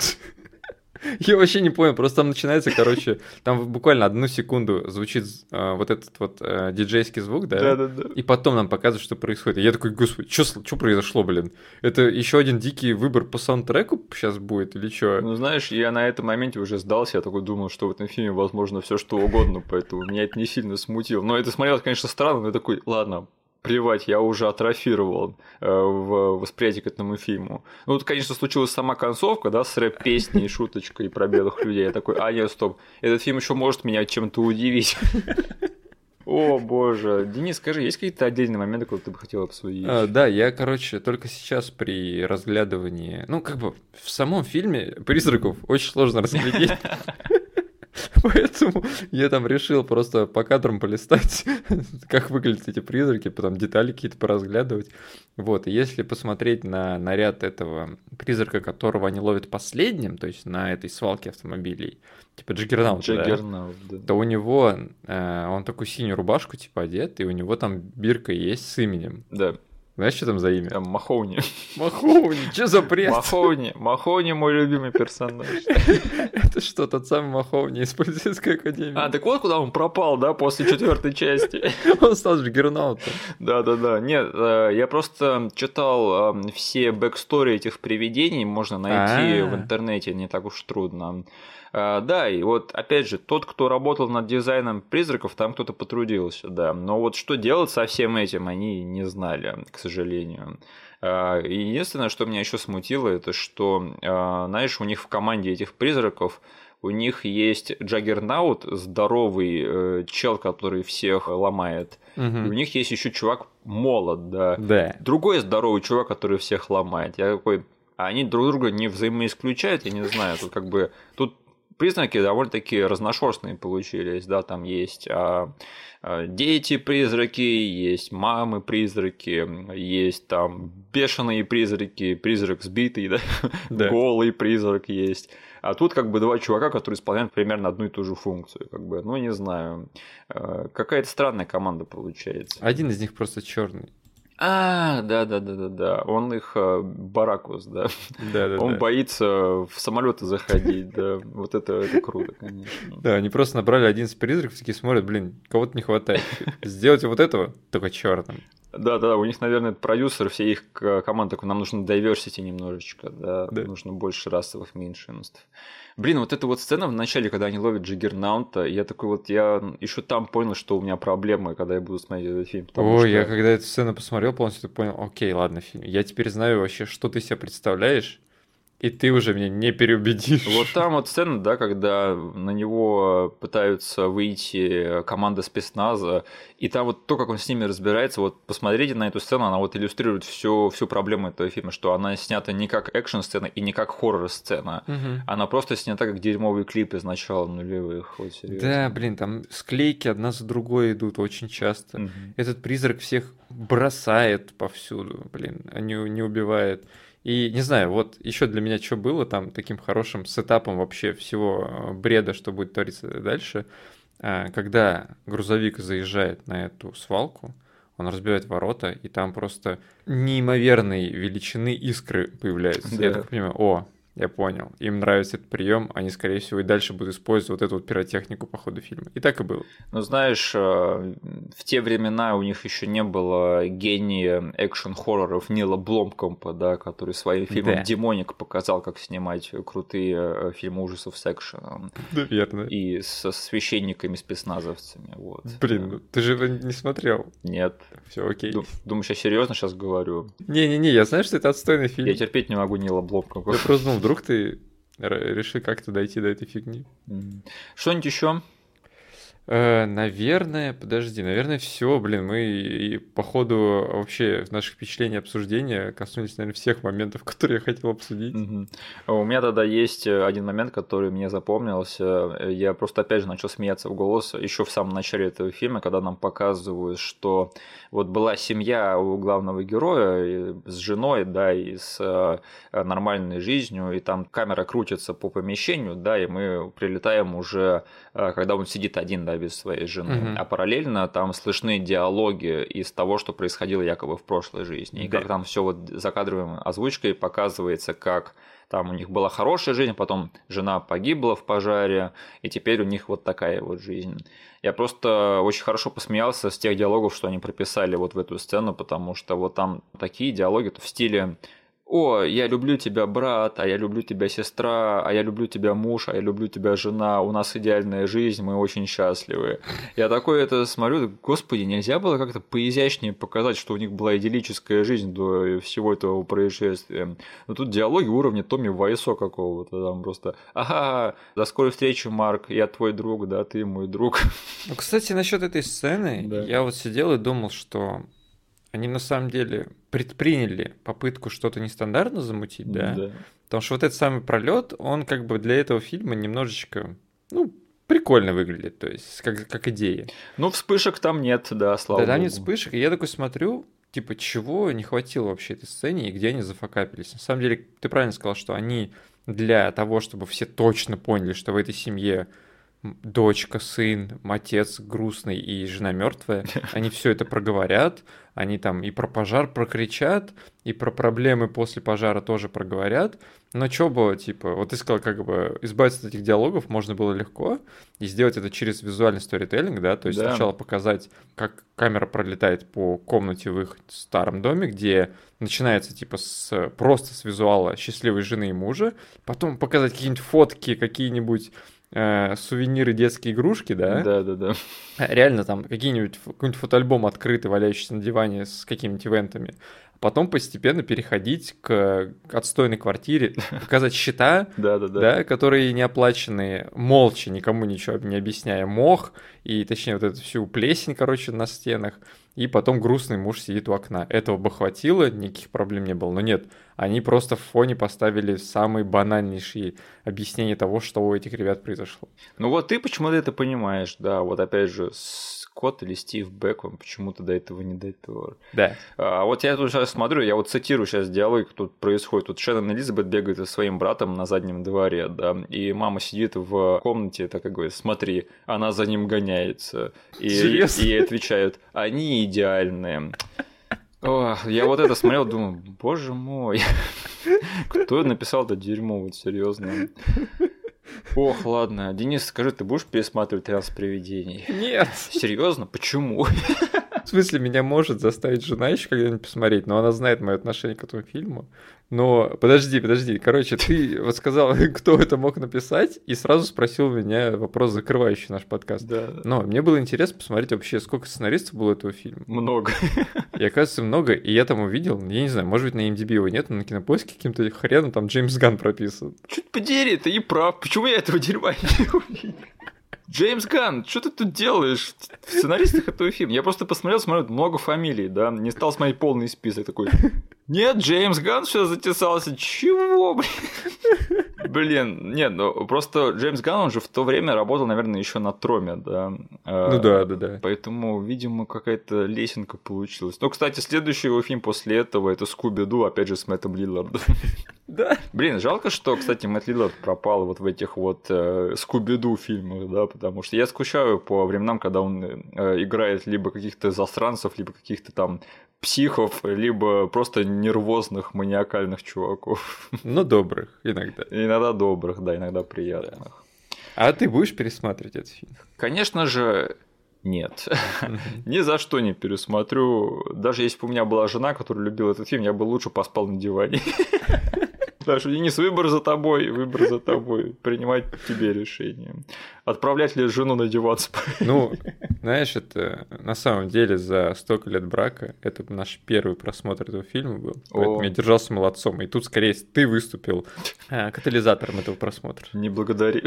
Я вообще не понял, просто там начинается, короче, там буквально 1 секунду звучит вот этот вот диджейский звук, да? Да. И потом нам показывают, что происходит. И я такой: господи, что произошло, блин? Это еще один дикий выбор по саундтреку сейчас будет или что? Ну, знаешь, я на этом моменте уже сдался, я такой думал, что в этом фильме возможно все что угодно, поэтому меня это не сильно смутило. Но это смотрелось, конечно, странно, но я такой: ладно, плевать, я уже атрофировал в восприятии к этому фильму. Ну, тут, конечно, случилась сама концовка, да, с рэп-песней, шуточкой про белых людей. Я такой: нет, стоп, этот фильм еще может меня чем-то удивить. О, боже. Денис, скажи, есть какие-то отдельные моменты, которые ты бы хотел обсудить? Да, я, короче, только сейчас при разглядывании... Ну, как бы в самом фильме призраков очень сложно разглядеть. Поэтому я там решил просто по кадрам полистать, как выглядят эти призраки, потом детали какие-то поразглядывать. Вот, и если посмотреть на наряд этого призрака, которого они ловят последним, то есть на этой свалке автомобилей, типа Джаггернаут, да, то у него, он такую синюю рубашку типа одет, и у него там бирка есть с именем. Да. Знаешь, что там за имя? Махоуни. Махоуни, что за бред? Махоуни мой любимый персонаж. Это что, тот самый Махоуни из полицейской академии? Так вот куда он пропал, да, после 4-й части. Он стал Джаггернаутом. Да. Нет, я просто читал все бэкстори этих привидений, можно найти в интернете, не так уж трудно. Да, и вот опять же, тот, кто работал над дизайном призраков, там кто-то потрудился, да. Но вот что делать со всем этим, они не знали, к сожалению. Единственное, что меня еще смутило, это что, знаешь, у них в команде этих призраков у них есть Джаггернаут, здоровый чел, который всех ломает. И у них есть еще чувак молод, да. Другой здоровый чувак, который всех ломает. Я такой, они друг друга не взаимоисключают, я не знаю, тут как бы тут признаки довольно-таки разношерстные получились, да, там есть дети-призраки, есть мамы-призраки, есть там бешеные призраки, призрак сбитый, да, голый призрак есть. А тут как бы 2 чувака, которые исполняют примерно одну и ту же функцию, как бы, ну не знаю, какая-то странная команда получается. Один из них просто черный. Да. Он их Баракус, да. Да. Он боится в самолеты заходить, да. Вот это круто, конечно. Да, они просто набрали 11 призраков, такие смотрят, блин, кого-то не хватает. Сделайте вот этого, только черным. Да, у них, наверное, продюсер, все их команда такой, нам нужно diversity немножечко, да, нужно больше расовых меньшинств. Блин, вот эта вот сцена в начале, когда они ловят Джиггернаута, я такой вот, я еще там понял, что у меня проблемы, когда я буду смотреть этот фильм. Я когда эту сцену посмотрел, полностью понял, окей, ладно, фильм, я теперь знаю вообще, что ты себе представляешь, и ты уже меня не переубедишь. Вот там вот сцена, да, когда на него пытаются выйти команда спецназа, и там вот то, как он с ними разбирается, вот посмотрите на эту сцену, она вот иллюстрирует всю проблему этого фильма, что она снята не как экшн-сцена и не как хоррор-сцена, она просто снята как дерьмовый клип из начала нулевых. Вот, да, блин, там склейки одна за другой идут очень часто. Этот призрак всех бросает повсюду, блин, а не убивает. И не знаю, вот еще для меня что было там таким хорошим сетапом вообще всего бреда, что будет твориться дальше, когда грузовик заезжает на эту свалку, он разбивает ворота, и там просто неимоверной величины искры появляются. Да. Я так понимаю, я понял. Им нравится этот прием, они, скорее всего, и дальше будут использовать вот эту вот пиротехнику по ходу фильма. И так и было. Ну, знаешь, в те времена у них еще не было гения экшн-хорроров Нила Бломкомпа, да, который своим фильмом «Демоник» показал, как снимать крутые фильмы ужасов с экшеном. Да, верно. И со священниками-спецназовцами. Вот. Блин, ты же его не смотрел. Нет. Все окей. Думаешь, я серьезно сейчас говорю? Не, я знаю, что это отстойный фильм. Я терпеть не могу Нила Бломкомпа. Я просто думал, вдруг ты решил как-то дойти до этой фигни. Что-нибудь еще? Наверное, все, блин, мы и по ходу вообще наших впечатлений обсуждения коснулись, наверное, всех моментов, которые я хотел обсудить. У меня тогда есть один момент, который мне запомнился. Я просто опять же начал смеяться в голос еще в самом начале этого фильма, когда нам показывают, что вот была семья у главного героя с женой, да, и с нормальной жизнью, и там камера крутится по помещению, да, и мы прилетаем уже, когда он сидит один, да, без своей жены, а параллельно там слышны диалоги из того, что происходило якобы в прошлой жизни, и как там все вот закадровой озвучкой показывается, как там у них была хорошая жизнь, потом жена погибла в пожаре, и теперь у них вот такая вот жизнь. Я просто очень хорошо посмеялся с тех диалогов, что они прописали вот в эту сцену, потому что вот там такие диалоги в стиле: «О, я люблю тебя, брат, а я люблю тебя, сестра, а я люблю тебя, муж, а я люблю тебя, жена, у нас идеальная жизнь, мы очень счастливы». Я такой это смотрю, господи, нельзя было как-то поизящнее показать, что у них была идиллическая жизнь до всего этого происшествия. Но тут диалоги уровня Томми Вайсо какого-то, там просто: «Ага, до скорой встречи, Марк, я твой друг, да, ты мой друг». Ну, кстати, насчет этой сцены, я вот сидел и думал, что они на самом деле предприняли попытку что-то нестандартно замутить, да? Потому что вот этот самый пролет, он как бы для этого фильма немножечко, прикольно выглядит, то есть как идея. Ну, вспышек там нет, да, слава богу. Да, там нет вспышек, и я такой смотрю, типа, чего не хватило вообще этой сцене, и где они зафакапились. На самом деле, ты правильно сказал, что они для того, чтобы все точно поняли, что в этой семье дочка, сын, отец грустный и жена мертвая, они все это проговорят, они там и про пожар прокричат, и про проблемы после пожара тоже проговорят, но что было, типа, вот ты сказал, как бы избавиться от этих диалогов можно было легко, и сделать это через визуальный сторителлинг, да, то есть сначала показать, как камера пролетает по комнате в их старом доме, где начинается, типа, просто с визуала счастливой жены и мужа, потом показать какие-нибудь фотки, какие-нибудь сувениры, детские игрушки, да? Да. Реально там какой-нибудь фотоальбом открытый, валяющийся на диване с какими-нибудь ивентами. Потом постепенно переходить к отстойной квартире, показать счета, да, которые не оплаченные, молча, никому ничего не объясняя, мох, и точнее вот эту всю плесень, короче, на стенах, и потом грустный муж сидит у окна. Этого бы хватило, никаких проблем не было, но нет, они просто в фоне поставили самые банальнейшие объяснения того, что у этих ребят произошло. Ну вот ты почему-то это понимаешь, да, вот опять же, Скотт или Стив Бэкман почему-то до этого не допер. Да. А вот я тут сейчас смотрю, я вот цитирую сейчас диалог, тут происходит. Тут Шеннон Элизабет бегает со своим братом на заднем дворе, да, и мама сидит в комнате, так и говорит: смотри, она за ним гоняется. И ей отвечают: они идеальные. О, я вот это смотрел, думаю, боже мой, кто написал это дерьмо, вот серьезно. Ох, ладно. Денис, скажи, ты будешь пересматривать «Тринадцать привидений»? Нет. Серьезно? Почему? В смысле, меня может заставить жена еще когда-нибудь посмотреть, но она знает мое отношение к этому фильму. Но подожди. Короче, ты вот сказал, кто это мог написать, и сразу спросил меня вопрос, закрывающий наш подкаст. Да. Но мне было интересно посмотреть вообще, сколько сценаристов было этого фильма. Много. И оказывается, много. И я там увидел, я не знаю, может быть, на IMDb его нет, но на Кинопоиске каким-то хреном там Джеймс Ганн прописан. Чуть подери, ты и прав. Почему я этого дерьма не увидел? Джеймс Ганн, что ты тут делаешь в сценаристах этого фильма? Я просто посмотрел, много фамилий, да, не стал смотреть полный список такой. Нет, Джеймс Ганн что затесался? Чего, блин? Блин, нет, ну просто Джеймс Ганн, он же в то время работал, наверное, еще на Троме, да. Ну да. Поэтому, видимо, какая-то лесенка получилась. Ну, кстати, следующий его фильм после этого — это «Скуби-Ду», опять же, с Мэттом Лиллардом. Да. Блин, жалко, что, кстати, Мэтт Лиллард пропал вот в этих вот Скуби-Ду фильмах, да, потому что я скучаю по временам, когда он играет либо каких-то засранцев, либо каких-то там психов, либо просто нервозных, маниакальных чуваков. Но добрых иногда. Иногда добрых, да, иногда приятных. А ты будешь пересматривать этот фильм? Конечно же, нет. Ни за что не пересмотрю. Даже если бы у меня была жена, которая любила этот фильм, я бы лучше поспал на диване. Так что, Денис, выбор за тобой. Принимать тебе решение. Отправлять ли жену на диван спать? Ну, знаешь, это на самом деле за столько лет брака это наш первый просмотр этого фильма был. Поэтому я держался молодцом. И тут, скорее, ты выступил катализатором этого просмотра. Не благодари.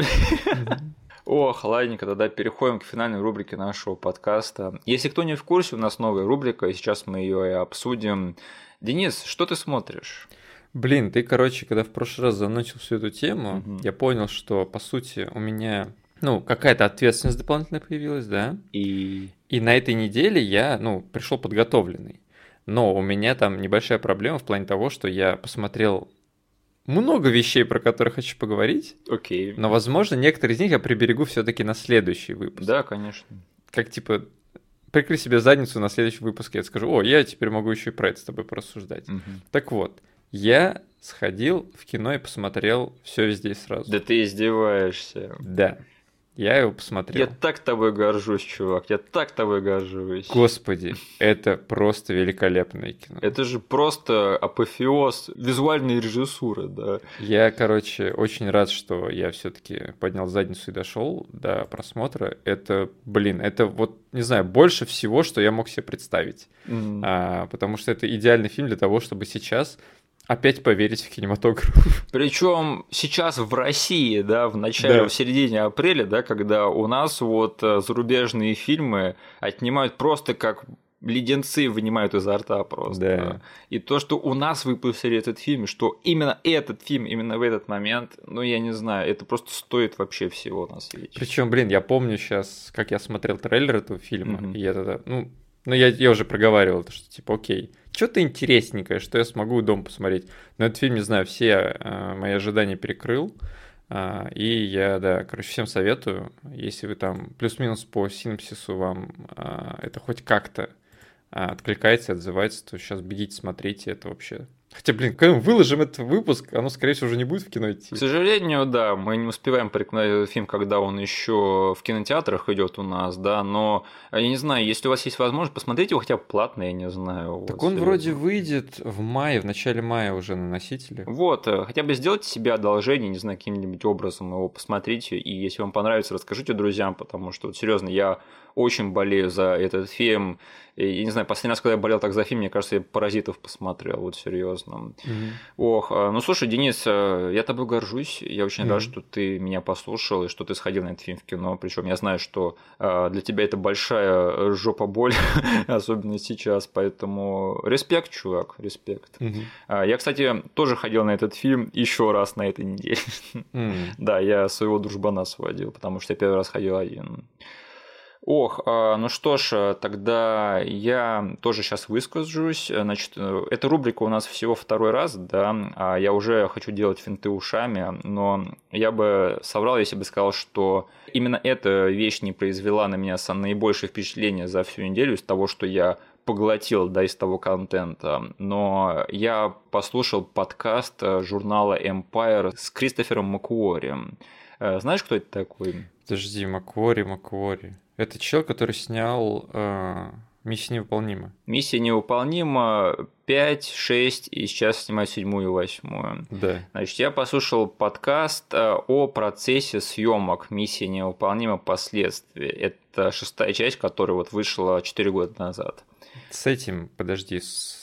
Ох, ладненько, тогда переходим к финальной рубрике нашего подкаста. Если кто не в курсе, у нас новая рубрика, и сейчас мы ее и обсудим. Денис, что ты смотришь? Блин, ты, короче, когда в прошлый раз заносил всю эту тему, я понял, что, по сути, у меня, какая-то ответственность дополнительная появилась, да? И на этой неделе я, пришел подготовленный. Но у меня там небольшая проблема в плане того, что я посмотрел много вещей, про которые хочу поговорить. Окей. Но, возможно, некоторые из них я приберегу все-таки на следующий выпуск. Да, конечно. Как типа прикрой себе задницу на следующем выпуске, я скажу: я теперь могу еще и про это с тобой порассуждать. Так вот. Я сходил в кино и посмотрел «Все везде и сразу». Да ты издеваешься. Да. Я его посмотрел. Я так тобой горжусь, чувак. Я так тобой горжусь. Господи, это просто великолепное кино. Это же просто апофеоз визуальной режиссуры, да. Я, очень рад, что я все-таки поднял задницу и дошел до просмотра. Это, это вот, не знаю, больше всего, что я мог себе представить. Потому что это идеальный фильм для того, чтобы сейчас опять поверить в кинематограф. Причем сейчас в России, да, в середине апреля, да, когда у нас вот зарубежные фильмы отнимают просто как леденцы вынимают изо рта просто. Да. И то, что у нас выпустили этот фильм, что именно этот фильм, именно в этот момент, я не знаю, это просто стоит вообще всего на свете. Причем, я помню сейчас, как я смотрел трейлер этого фильма, и я тогда, я уже проговаривал, что типа, окей, что-то интересненькое, что я смогу дома посмотреть. Но этот фильм, не знаю, все мои ожидания перекрыл. И я, всем советую, если вы там плюс-минус по синопсису вам это хоть как-то откликается, отзывается, то сейчас бегите, смотрите, это вообще... Хотя, когда мы выложим этот выпуск, оно, скорее всего, уже не будет в кино идти. К сожалению, да, мы не успеваем порекомендовать этот фильм, когда он еще в кинотеатрах идет у нас, да, но, я не знаю, если у вас есть возможность, посмотрите его хотя бы платно, я не знаю. Так он вроде выйдет в начале мая уже на носителе. Вот, хотя бы сделайте себе одолжение, не знаю, каким-нибудь образом его посмотрите, и если вам понравится, расскажите друзьям, потому что, серьезно, я очень болею за этот фильм. И, я не знаю, последний раз, когда я болел так за фильм, мне кажется, я «Паразитов» посмотрел, вот серьезно. Ох, слушай, Денис, я тобой горжусь. Я очень рад, что ты меня послушал и что ты сходил на этот фильм в кино. Причем я знаю, что для тебя это большая жопа боль, особенно сейчас. Поэтому респект, чувак, респект. Я, кстати, тоже ходил на этот фильм еще раз на этой неделе. Да, я своего дружбана сводил, потому что я первый раз ходил один. Ох, ну что ж, тогда я тоже сейчас выскажусь. Значит, эта рубрика у нас всего второй раз, да, а я уже хочу делать финты ушами, но я бы соврал, если бы сказал, что именно эта вещь не произвела на меня наибольшее впечатление за всю неделю из того, что я поглотил, да, из того контента, но я послушал подкаст журнала Empire с Кристофером Маккуори. Знаешь, кто это такой? Подожди, Маккуори. Это чел, который снял «Миссия невыполнима». «Миссия невыполнима» 5, 6 и сейчас снимаю 7 и 8. Да. Значит, я послушал подкаст о процессе съемок «Миссия невыполнима. Последствия». Это 6-я часть, которая вот вышла 4 года назад. С этим, подожди,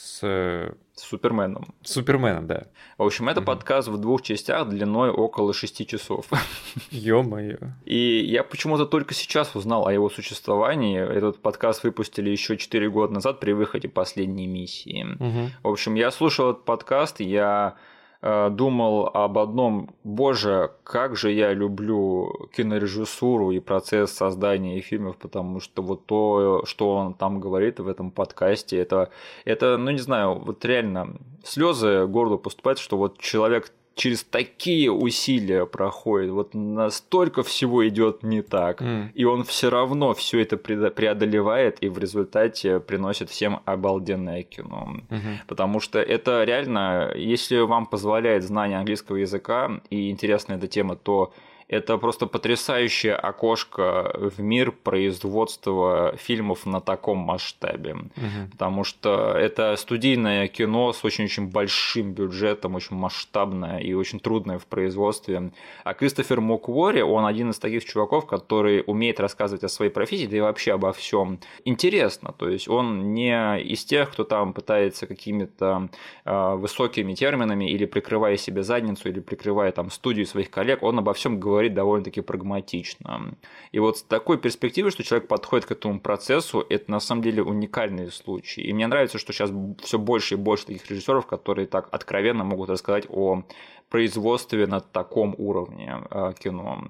с Суперменом. Суперменом, да. В общем, это подкаст в 2 частях длиной около 6 часов. Ё-моё. И я почему-то только сейчас узнал о его существовании. Этот подкаст выпустили еще 4 года назад при выходе последней миссии. В общем, я слушал этот подкаст, я думал об одном: боже, как же я люблю кинорежиссуру и процесс создания фильмов, потому что вот то, что он там говорит в этом подкасте, это, ну не знаю, вот реально слезы к горлу поступают, что вот человек через такие усилия проходит, вот настолько всего идет не так, и он все равно все это преодолевает и в результате приносит всем обалденное кино. Потому что это реально, если вам позволяет знание английского языка и интересна эта тема, то это просто потрясающее окошко в мир производства фильмов на таком масштабе. Потому что это студийное кино с очень-очень большим бюджетом, очень масштабное и очень трудное в производстве. А Кристофер Маккуори, он один из таких чуваков, который умеет рассказывать о своей профессии, да и вообще обо всем интересно. То есть он не из тех, кто там пытается какими-то высокими терминами или прикрывая себе задницу, или прикрывая там студию своих коллег, он обо всем говорит довольно-таки прагматично. И вот с такой перспективой, что человек подходит к этому процессу, это на самом деле уникальный случай. И мне нравится, что сейчас все больше и больше таких режиссеров, которые так откровенно могут рассказать о производстве на таком уровне кино.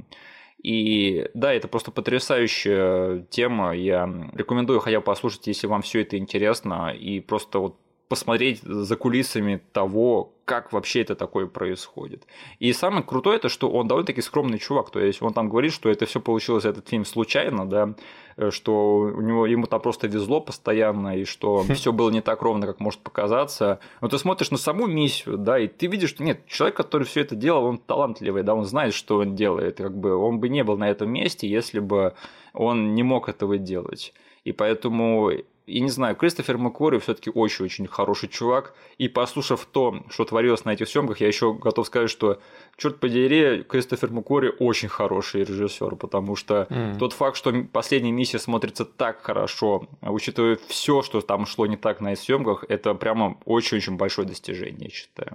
И да, это просто потрясающая тема. Я рекомендую хотя бы послушать, если вам все это интересно, и просто вот посмотреть за кулисами того, как вообще это такое происходит. И самое крутое, это что он довольно-таки скромный чувак. То есть он там говорит, что это все получилось, этот фильм, случайно, да, что ему там просто везло постоянно, и что все было не так ровно, как может показаться. Но ты смотришь на саму миссию, да, и ты видишь, что нет, человек, который все это делал, он талантливый, да, он знает, что он делает. Как бы он бы не был на этом месте, если бы он не мог этого делать. И поэтому, и не знаю, Кристофер Маккуори все-таки очень-очень хороший чувак. И послушав то, что творилось на этих съемках, я еще готов сказать, что, черт подери, Кристофер Маккуори очень хороший режиссер, потому что тот факт, что последняя миссия смотрится так хорошо, учитывая все, что там шло не так на съемках, это прямо очень-очень большое достижение, я считаю.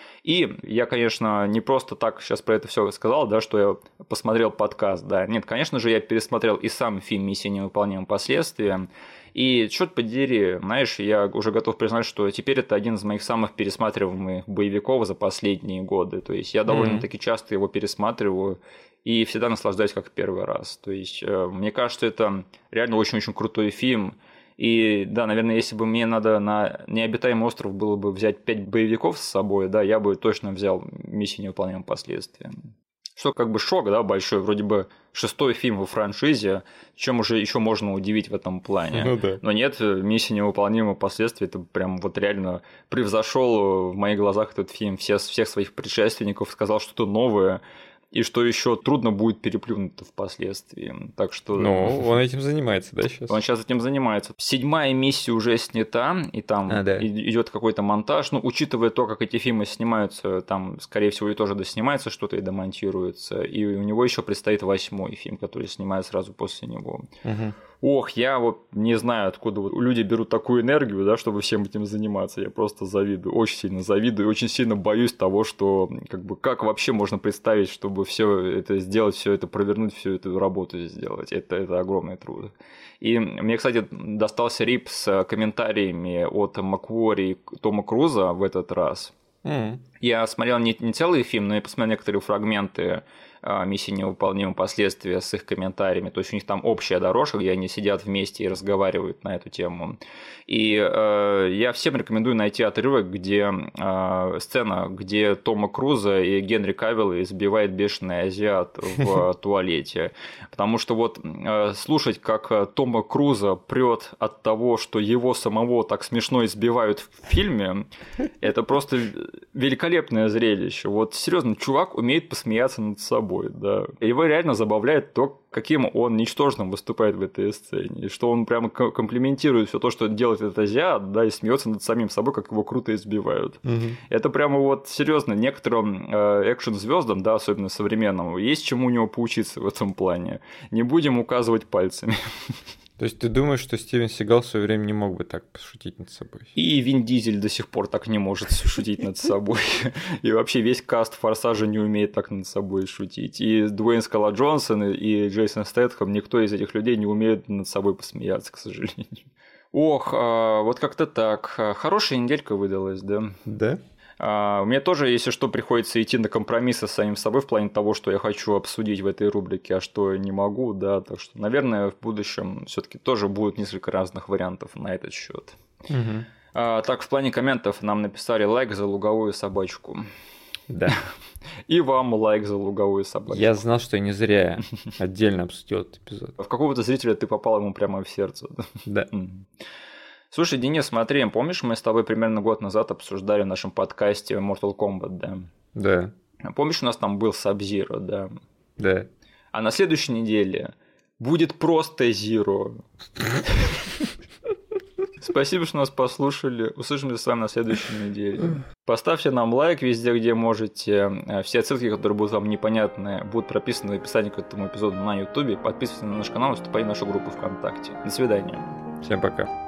И я, конечно, не просто так сейчас про это все сказал, да, что я посмотрел подкаст, да. Нет, конечно же, я пересмотрел и сам фильм «Миссия невыполнима. Последствия». И, черт подери, знаешь, я уже готов признать, что теперь это один из моих самых пересматриваемых боевиков за последние годы. То есть я довольно-таки часто его пересматриваю и всегда наслаждаюсь как первый раз. То есть мне кажется, это реально очень-очень крутой фильм. И да, наверное, если бы мне надо на необитаемый остров было бы взять 5 боевиков с собой, да, я бы точно взял «Миссию невыполнима. Последствия». Что как бы шок, да, большой, вроде бы 6-й фильм во франшизе, чем уже еще можно удивить в этом плане. Ну, да. Но нет, «Миссия невыполнима. Последствия» это прям вот реально превзошел в моих глазах этот фильм всех своих предшественников, сказал что-то новое. И что еще трудно будет переплюнуть впоследствии. Так что... Ну, он этим занимается, да, сейчас? Он сейчас этим занимается. 7-я миссия уже снята, и там идет какой-то монтаж. Ну, учитывая то, как эти фильмы снимаются, там, скорее всего, и тоже доснимается что-то и домонтируется. И у него еще предстоит 8-й фильм, который снимают сразу после него. Ох, я вот не знаю, откуда вот люди берут такую энергию, да, чтобы всем этим заниматься. Я просто завидую, очень сильно завидую, и очень сильно боюсь того, что как вообще можно представить, чтобы все это сделать, все это провернуть, всю эту работу сделать. Это огромный труд. И мне, кстати, достался рип с комментариями от Маккуори и Тома Круза в этот раз. Я смотрел не целый фильм, но я посмотрел некоторые фрагменты миссия невыполнима, последствия с их комментариями. То есть у них там общая дорожка, где они сидят вместе и разговаривают на эту тему. И я всем рекомендую найти отрывок, где сцена, где Тома Круза и Генри Кавилла избивает бешеный азиат в туалете. Потому что вот слушать, как Тома Круза прет от того, что его самого так смешно избивают в фильме, это просто великолепное зрелище. Вот серьезно, чувак умеет посмеяться над собой, да. Его реально забавляет то, каким он ничтожным выступает в этой сцене, и что он прямо комплиментирует все то, что делает этот азиат, да, и смеется над самим собой, как его круто избивают. Это прямо вот серьезно, некоторым экшн-звездам, да, особенно современному, есть чему у него поучиться в этом плане. Не будем указывать пальцами. То есть ты думаешь, что Стивен Сигал в свое время не мог бы так пошутить над собой? И Вин Дизель до сих пор так не может шутить над собой. И вообще весь каст «Форсажа» не умеет так над собой шутить. И Дуэйн Скала Джонсон, и Джейсон Стэтхэм, никто из этих людей не умеет над собой посмеяться, к сожалению. Ох, вот как-то так. Хорошая неделька выдалась, да? Да. Мне тоже, если что, приходится идти на компромиссы с самим собой в плане того, что я хочу обсудить в этой рубрике, а что не могу, да, так что, наверное, в будущем все-таки тоже будет несколько разных вариантов на этот счет. Так, в плане комментов нам написали лайк за луговую собачку. Да. И вам лайк за луговую собачку. Я знал, что я не зря отдельно обсудил этот эпизод. В какого-то зрителя ты попал ему прямо в сердце. Да. Слушай, Денис, смотри, помнишь, мы с тобой примерно год назад обсуждали в нашем подкасте Mortal Kombat, да? Да. Помнишь, у нас там был Sub-Zero, да? Да. А на следующей неделе будет просто Zero. Спасибо, что нас послушали. Услышимся с вами на следующей неделе. Поставьте нам лайк везде, где можете. Все отсылки, которые будут вам непонятны, будут прописаны в описании к этому эпизоду на YouTube. Подписывайтесь на наш канал и вступайте в нашу группу ВКонтакте. До свидания. Всем пока.